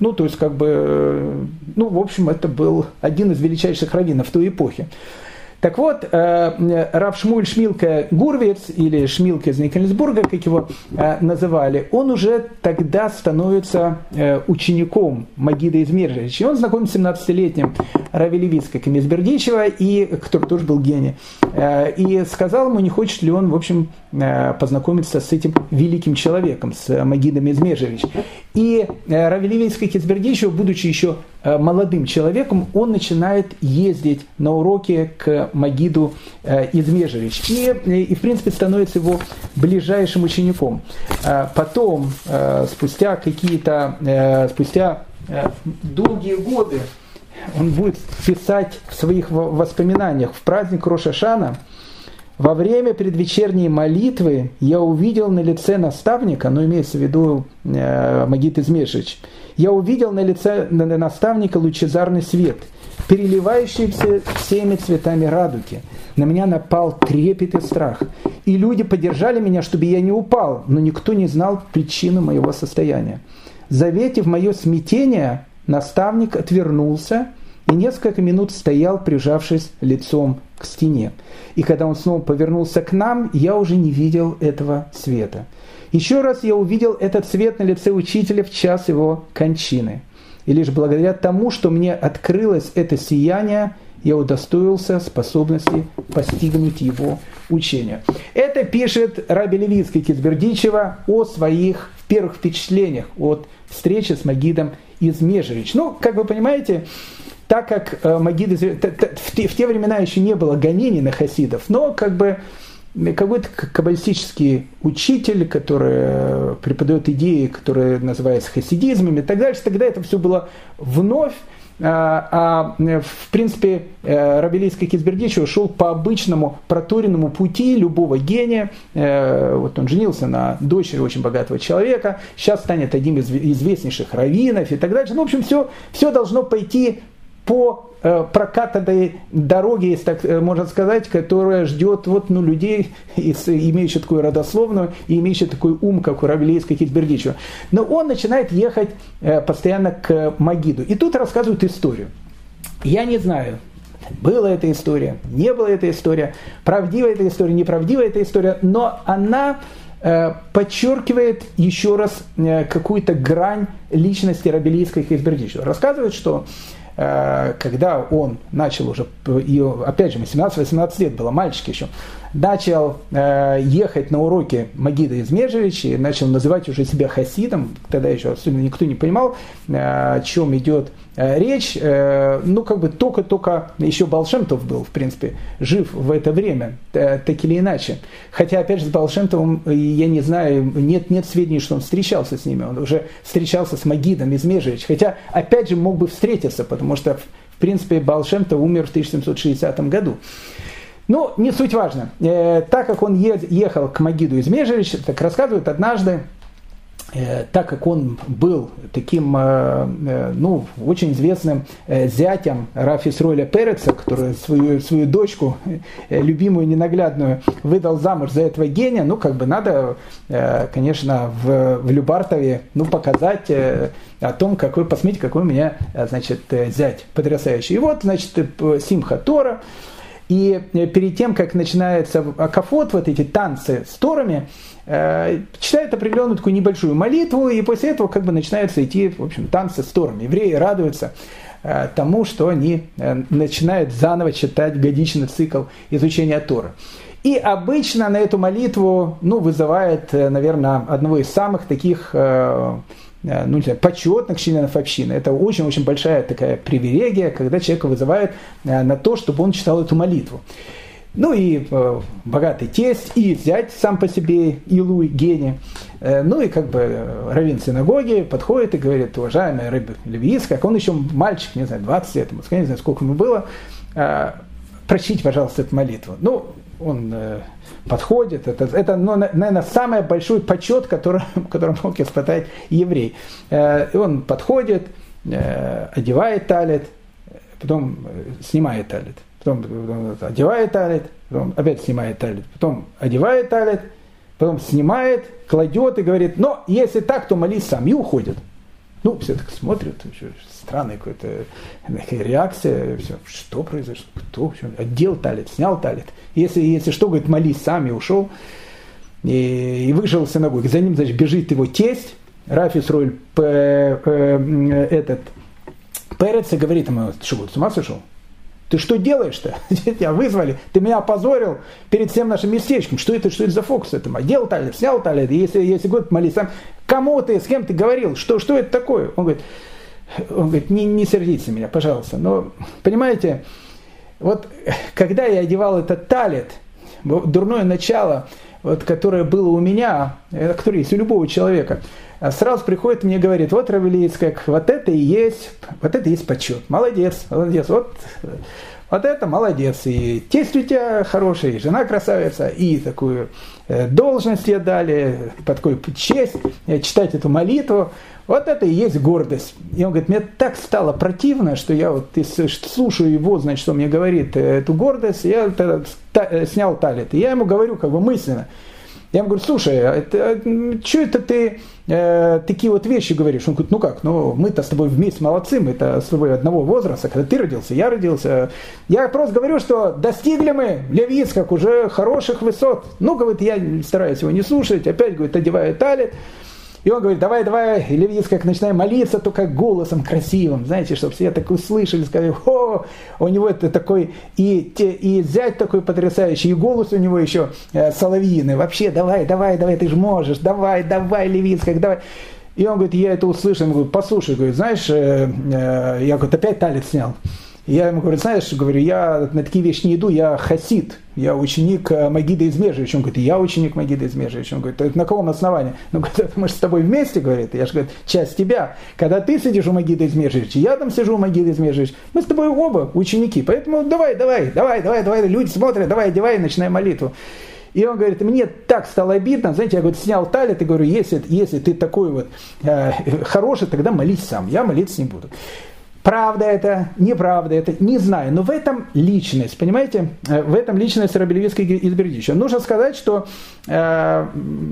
общем, это был один из величайших раввинов в той эпохе. Так вот, Рав Шмуль Шмилка Гурвиц, или Шмилка из Николесбурга, как его называли, он уже тогда становится учеником Магида из Межерич. И он знакомится с 17-летним Рави Левицким из Бердичева, который тоже был гений, и сказал ему, не хочет ли он, в общем, познакомиться с этим великим человеком, с Магидом из Межерич. И Рави Левицкий из Бердичева, будучи еще молодым человеком, он начинает ездить на уроки к Магиду из Межерич и, в принципе, становится его ближайшим учеником. Потом, спустя долгие годы, он будет писать в своих воспоминаниях: в праздник Рош ха-Шана во время предвечерней молитвы я увидел на лице наставника, имеется в виду Магид из Межерич, я увидел на лице наставника лучезарный свет, переливающийся всеми цветами радуги. На меня напал трепет и страх. И люди поддержали меня, чтобы я не упал, но никто не знал причины моего состояния. Заветив мое смятение, наставник отвернулся и несколько минут стоял, прижавшись лицом к стене. И когда он снова повернулся к нам, я уже не видел этого света. Еще раз я увидел этот свет на лице учителя в час его кончины. И лишь благодаря тому, что мне открылось это сияние, я удостоился способности постигнуть его учение. Это пишет Раби Левицкий из Бердичева о своих первых впечатлениях от встречи с Магидом из Межерич. Как вы понимаете, так как Магид в те времена еще не было гонений на хасидов, но какой-то каббалистический учитель, который преподает идеи, которые называются хасидизмами и так дальше, тогда это все было вновь. В принципе, Раби Левицкий из Бердичева шел по обычному проторенному пути любого гения. Вот он женился на дочери очень богатого человека, сейчас станет одним из известнейших раввинов и так дальше. В общем, все должно пойти по прокатанной дороге, если так можно сказать, которая ждет людей, имеющих такую родословную и имеющих такой ум, как у Рави Левицкого из Бердичева. Но он начинает ехать постоянно к Магиду. И тут рассказывают историю. Я не знаю, была эта история, не была эта история, правдивая эта история, неправдивая эта история, но она подчеркивает еще раз какую-то грань личности Рави Левицкого из Бердичева. Рассказывает, что когда он начал уже, опять же, 17-18 лет было, мальчик еще, начал ехать на уроки Магида из Межерич и начал называть уже себя хасидом, тогда еще особенно никто не понимал, о чем идет речь, только еще Баал Шем Тов был, в принципе, жив в это время, так или иначе. Хотя, опять же, с Баал Шем Товом, я не знаю, нет сведений, что он встречался с ними, он уже встречался с Магидом из Межерич, хотя, опять же, мог бы встретиться, потому что, в принципе, Баал Шем Тов умер в 1760 году. Не суть важно. Так как он ехал к Магиду из Межерич, так рассказывают однажды, так как он был таким, очень известным зятем Рав Исроэля Переца, который свою дочку, любимую ненаглядную, выдал замуж за этого гения, надо, конечно, в Любартове, показать о том, посмотрите, какой у меня, зять потрясающий. И вот, Симха Тора. И перед тем, как начинается акафот, вот эти танцы с торами, читают определенную такую небольшую молитву, и после этого начинаются идти, в общем, танцы с торами. Евреи радуются тому, что они начинают заново читать годичный цикл изучения Торы. И обычно на эту молитву вызывает, наверное, одного из самых таких почетных членов общины. Это очень-очень большая такая привилегия, когда человека вызывают на то, чтобы он читал эту молитву. И богатый тесть, и зять сам по себе, Илуй, гений. Раввин синагоги подходит и говорит: уважаемый Раби Левицкий, он еще мальчик, не знаю, 20 лет, не знаю, сколько ему было, прочтите, пожалуйста, эту молитву. он подходит. Это наверное, самый большой почет, который мог испытать еврей. И он подходит, одевает талит, потом снимает талит, потом одевает талит, потом опять снимает талит, потом одевает талит, потом снимает, кладет и говорит: но если так, то молись сам, и уходит. Ну, все так смотрят, странная какая-то реакция, все, что произошло, кто, одел талит, снял талит. Если что, говорит, молись сам, и ушел. И вышел в синагогу. За ним, значит, бежит его тесть, Рав Исроэль Перец, и говорит ему: ты что, с ума сошел? Ты что делаешь-то? Тебя вызвали, ты меня опозорил перед всем нашим местечком. Что это за фокус? Это одел талит, снял талит, если говорит, молись сам. Кому ты, с кем ты говорил? Что это такое? Он говорит, не сердитесь на меня, пожалуйста. Но, понимаете, вот когда я одевал этот талит, дурное начало, вот, которое было у меня, которое есть у любого человека, сразу приходит и мне говорит: вот, Рав Ильицкак, вот это и есть почет. Молодец. Вот это молодец. И тесть у тебя хороший, и жена красавица, и такую должность тебе дали, такую честь читать эту молитву. Вот это и есть гордость. И он говорит: мне так стало противно, что я вот слушаю его, значит, что он мне говорит, эту гордость, я снял талит. И я ему говорю как бы мысленно. Я ему говорю: слушай, что это ты такие вот вещи говоришь? Он говорит: ну как, мы-то с тобой вместе молодцы, мы-то с тобой одного возраста, когда ты родился, я родился. Я просто говорю, что достигли мы, Лев Ицхак, уже хороших высот. Ну, говорит, я стараюсь его не слушать, опять, говорит, одеваю талит. И он говорит: давай, Лев Ицхак, начинай молиться, только голосом красивым, знаете, чтобы все так услышали, сказали: о, у него это такой, и зять такой потрясающий, и голос у него еще соловьиный, вообще, давай, ты же можешь, давай, Лев Ицхак, давай. И он говорит: я это услышал, я говорю: послушай, говорит, знаешь, я, говорит, опять талит снял. Я ему говорю: знаешь, говорю, я на такие вещи не иду, я хасид, я ученик Магида из Межевича. Он говорит: я ученик Магида из Межевича. Он говорит: на каком основании? Ну, говорит, мы же с тобой вместе, говорит. Я же, говорит, часть тебя. Когда ты сидишь у Магида из Межевича, я там сижу у Магида из Межевича. Мы с тобой оба ученики, поэтому давай, люди смотрят, давай, одевай, начинай молитву. И он говорит: мне так стало обидно, знаете, я, говорит, снял талит и говорю: если ты такой вот хороший, тогда молись сам, я молиться не буду. Правда это, неправда это, не знаю, но в этом личность, понимаете, в этом личность Раби Левицкого из Бердичева. Нужно сказать, что, я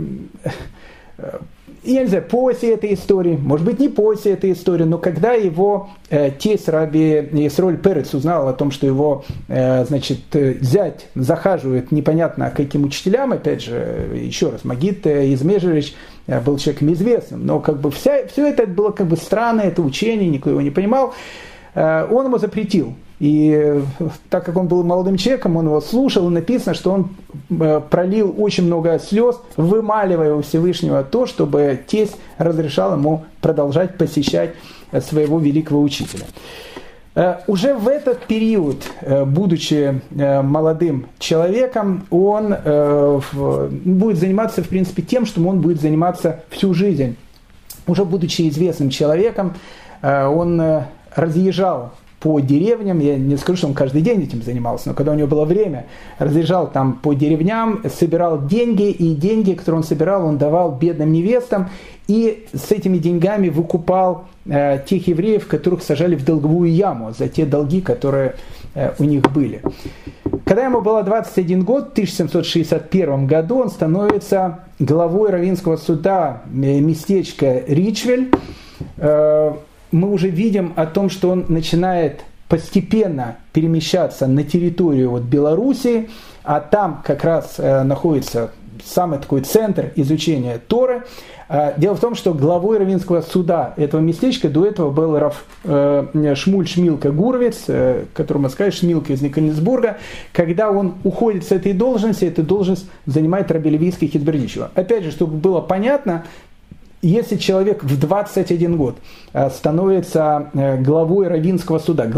не знаю, после этой истории, может быть, не после этой истории, но когда его тесть Раби Исроэль Перец узнал о том, что его, значит, зять захаживает непонятно каким учителям, опять же, еще раз, Магид из Межевич был человеком известным, но как бы все это было как бы странно, это учение, никто его не понимал, он ему запретил. И так как он был молодым человеком, он его слушал, и написано, что он пролил очень много слез, вымаливая у Всевышнего то, чтобы тесть разрешал ему продолжать посещать своего великого учителя. Уже в этот период, будучи молодым человеком, он будет заниматься, в принципе, тем, что он будет заниматься всю жизнь. Уже будучи известным человеком, он разъезжал по деревням, я не скажу, что он каждый день этим занимался, но когда у него было время, разъезжал там по деревням, собирал деньги, и деньги, которые он собирал, он давал бедным невестам, и с этими деньгами выкупал тех евреев, которых сажали в долговую яму за те долги, которые у них были. Когда ему было 21 год, в 1761 году, он становится главой Раввинского суда местечка Ричвель. Мы уже видим о том, что он начинает постепенно перемещаться на территорию Белоруссии, а там как раз находится самый такой центр изучения Торы. Дело в том, что главой Раввинского суда этого местечка до этого был Рав Шмуль Шмилка Гуровец, которому сказать Шмилка из Никольсбурга. Когда он уходит с этой должности, эту должность занимает Раби Левицкий из Бердичева. Опять же, чтобы было понятно, если человек в 21 год становится главой Раввинского суда,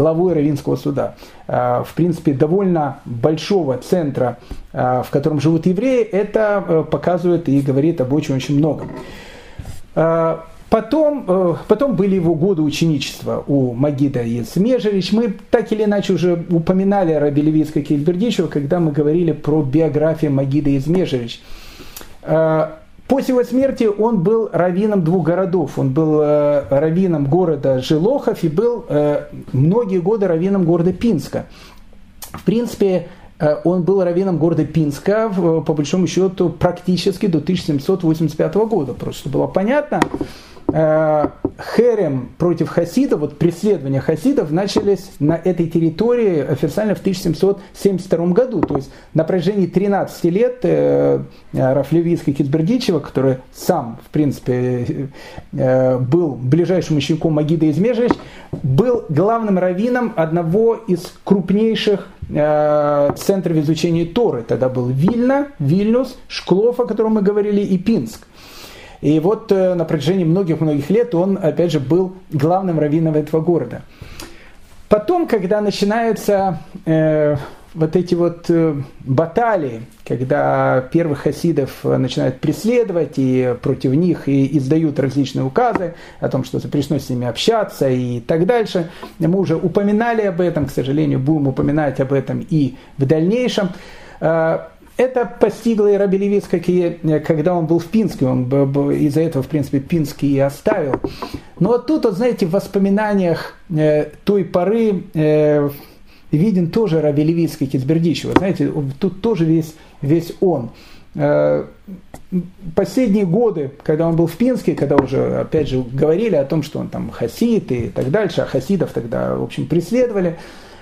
в принципе, довольно большого центра, в котором живут евреи, это показывает и говорит об очень-очень многом. Потом были его годы ученичества у Магида из Межерич. Мы так или иначе уже упоминали Раби Леви Ицхака из Бердичева, когда мы говорили про биографию Магида из Межерич. После его смерти он был раввином 2 городов. Он был раввином города Жилохов и был многие годы раввином города Пинска. В принципе, он был раввином города Пинска, по большому счету, практически до 1785 года. Просто чтобы было понятно, херем против хасидов, вот преследования хасидов начались на этой территории официально в 1772 году. То есть на протяжении 13 лет Рав Леви Ицхак из Бердичева, который сам, в принципе, был ближайшим учеником Магида из Межерич, был главным раввином одного из крупнейших центров изучения Торы. Тогда был Вильна, Вильнюс, Шклов, о котором мы говорили, и Пинск. И вот на протяжении многих-многих лет он, опять же, был главным раввином этого города. Потом, когда начинаются вот эти вот баталии, когда первых хасидов начинают преследовать и против них и издают различные указы о том, что запрещено с ними общаться и так дальше. Мы уже упоминали об этом, к сожалению, будем упоминать об этом и в дальнейшем. Это постигло и Раби Леви Ицхака, когда он был в Пинске, он из-за этого, в принципе, Пинск и оставил. Но вот тут, вот, знаете, в воспоминаниях той поры виден тоже Раби Леви Ицхак из Бердичева. Знаете, тут тоже весь он. Последние годы, когда он был в Пинске, когда уже, опять же, говорили о том, что он там хасид и так дальше, а хасидов тогда, в общем, преследовали.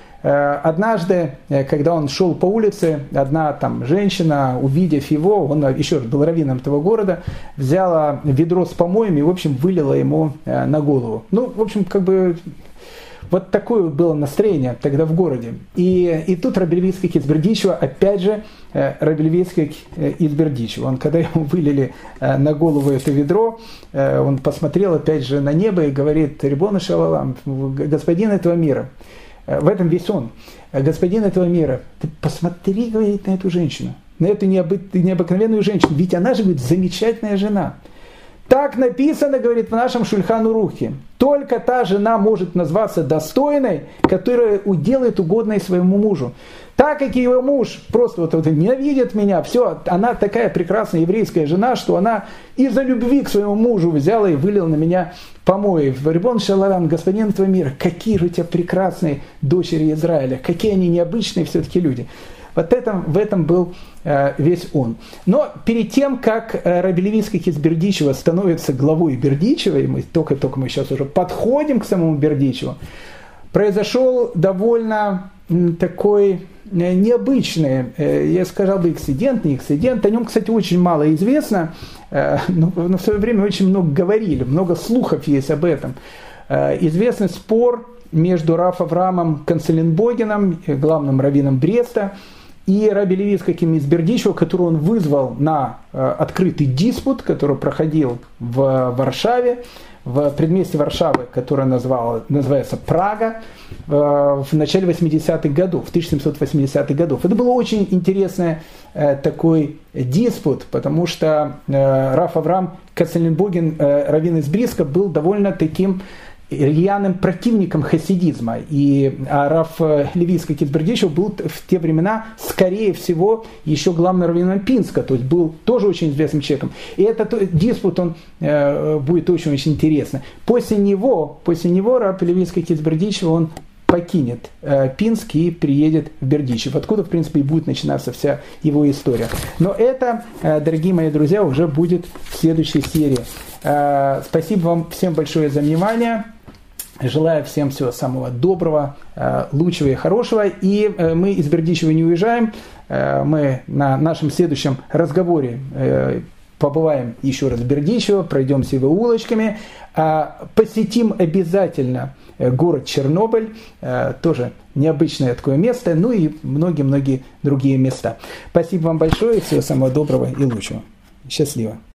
Однажды, когда он шел по улице, одна там женщина, увидев его, он еще раз был раввином этого города, взяла ведро с помоями и, в общем, вылила ему на голову. Ну, в общем, как бы вот такое было настроение тогда в городе. И тут Раби Леви Ицхак из Бердичева, опять же, Раби Леви Ицхак из Бердичева. Он, когда ему вылили на голову это ведро, он посмотрел опять же на небо и говорит: «Рибоно шел олам, господин этого мира». В этом весь он. Господин этого мира, ты посмотри, говорит, на эту женщину, на эту необыкновенную женщину, ведь она же, говорит, замечательная жена. Так написано, говорит, в нашем Шульхан Арухе. Только та жена может назваться достойной, которая делает угодное своему мужу. Так как ее муж просто вот ненавидит меня, все, она такая прекрасная еврейская жена, что она из-за любви к своему мужу взяла и вылила на меня помои. Рибон шаларам, господин этого мира, какие же у тебя прекрасные дочери Израиля, какие они необычные все-таки люди. Вот в этом был весь он. Но перед тем, как Раби Леви Ицхак из Бердичева становится главой Бердичева, и мы только мы сейчас уже подходим к самому Бердичеву, произошел довольно такой необычный, я сказал бы, не эксцидент. О нем, кстати, очень мало известно, но в свое время очень много говорили, много слухов есть об этом. Известный спор между Рав Авраамом Канцеленбогеном, главным раввином Бреста, и Раби Леви Ицхаком из Бердичева, который он вызвал на открытый диспут, который проходил в Варшаве, в предместье Варшавы, которое называется Прага, в начале 80-х годов, в 1780-х годов. Это был очень интересный такой диспут, потому что Рав Авраам Канцеленбоген, раввин из Бриска, был довольно таким рьяным противником хасидизма. А Рав Леви Ицхак из Бердичева был в те времена, скорее всего, еще главным раввином Пинска, то есть был тоже очень известным человеком. И этот диспут, он будет очень-очень интересный. После него Рав Леви Ицхак из Бердичева, он покинет Пинск и приедет в Бердичев, откуда, в принципе, и будет начинаться вся его история. Но это, дорогие мои друзья, уже будет в следующей серии. Спасибо вам всем большое за внимание. Желаю всем всего самого доброго, лучшего и хорошего. И мы из Бердичева не уезжаем. Мы на нашем следующем разговоре побываем еще раз в Бердичево, пройдемся его улочками, посетим обязательно город Чернобыль, тоже необычное такое место, ну и многие-многие другие места. Спасибо вам большое, всего самого доброго и лучшего. Счастливо.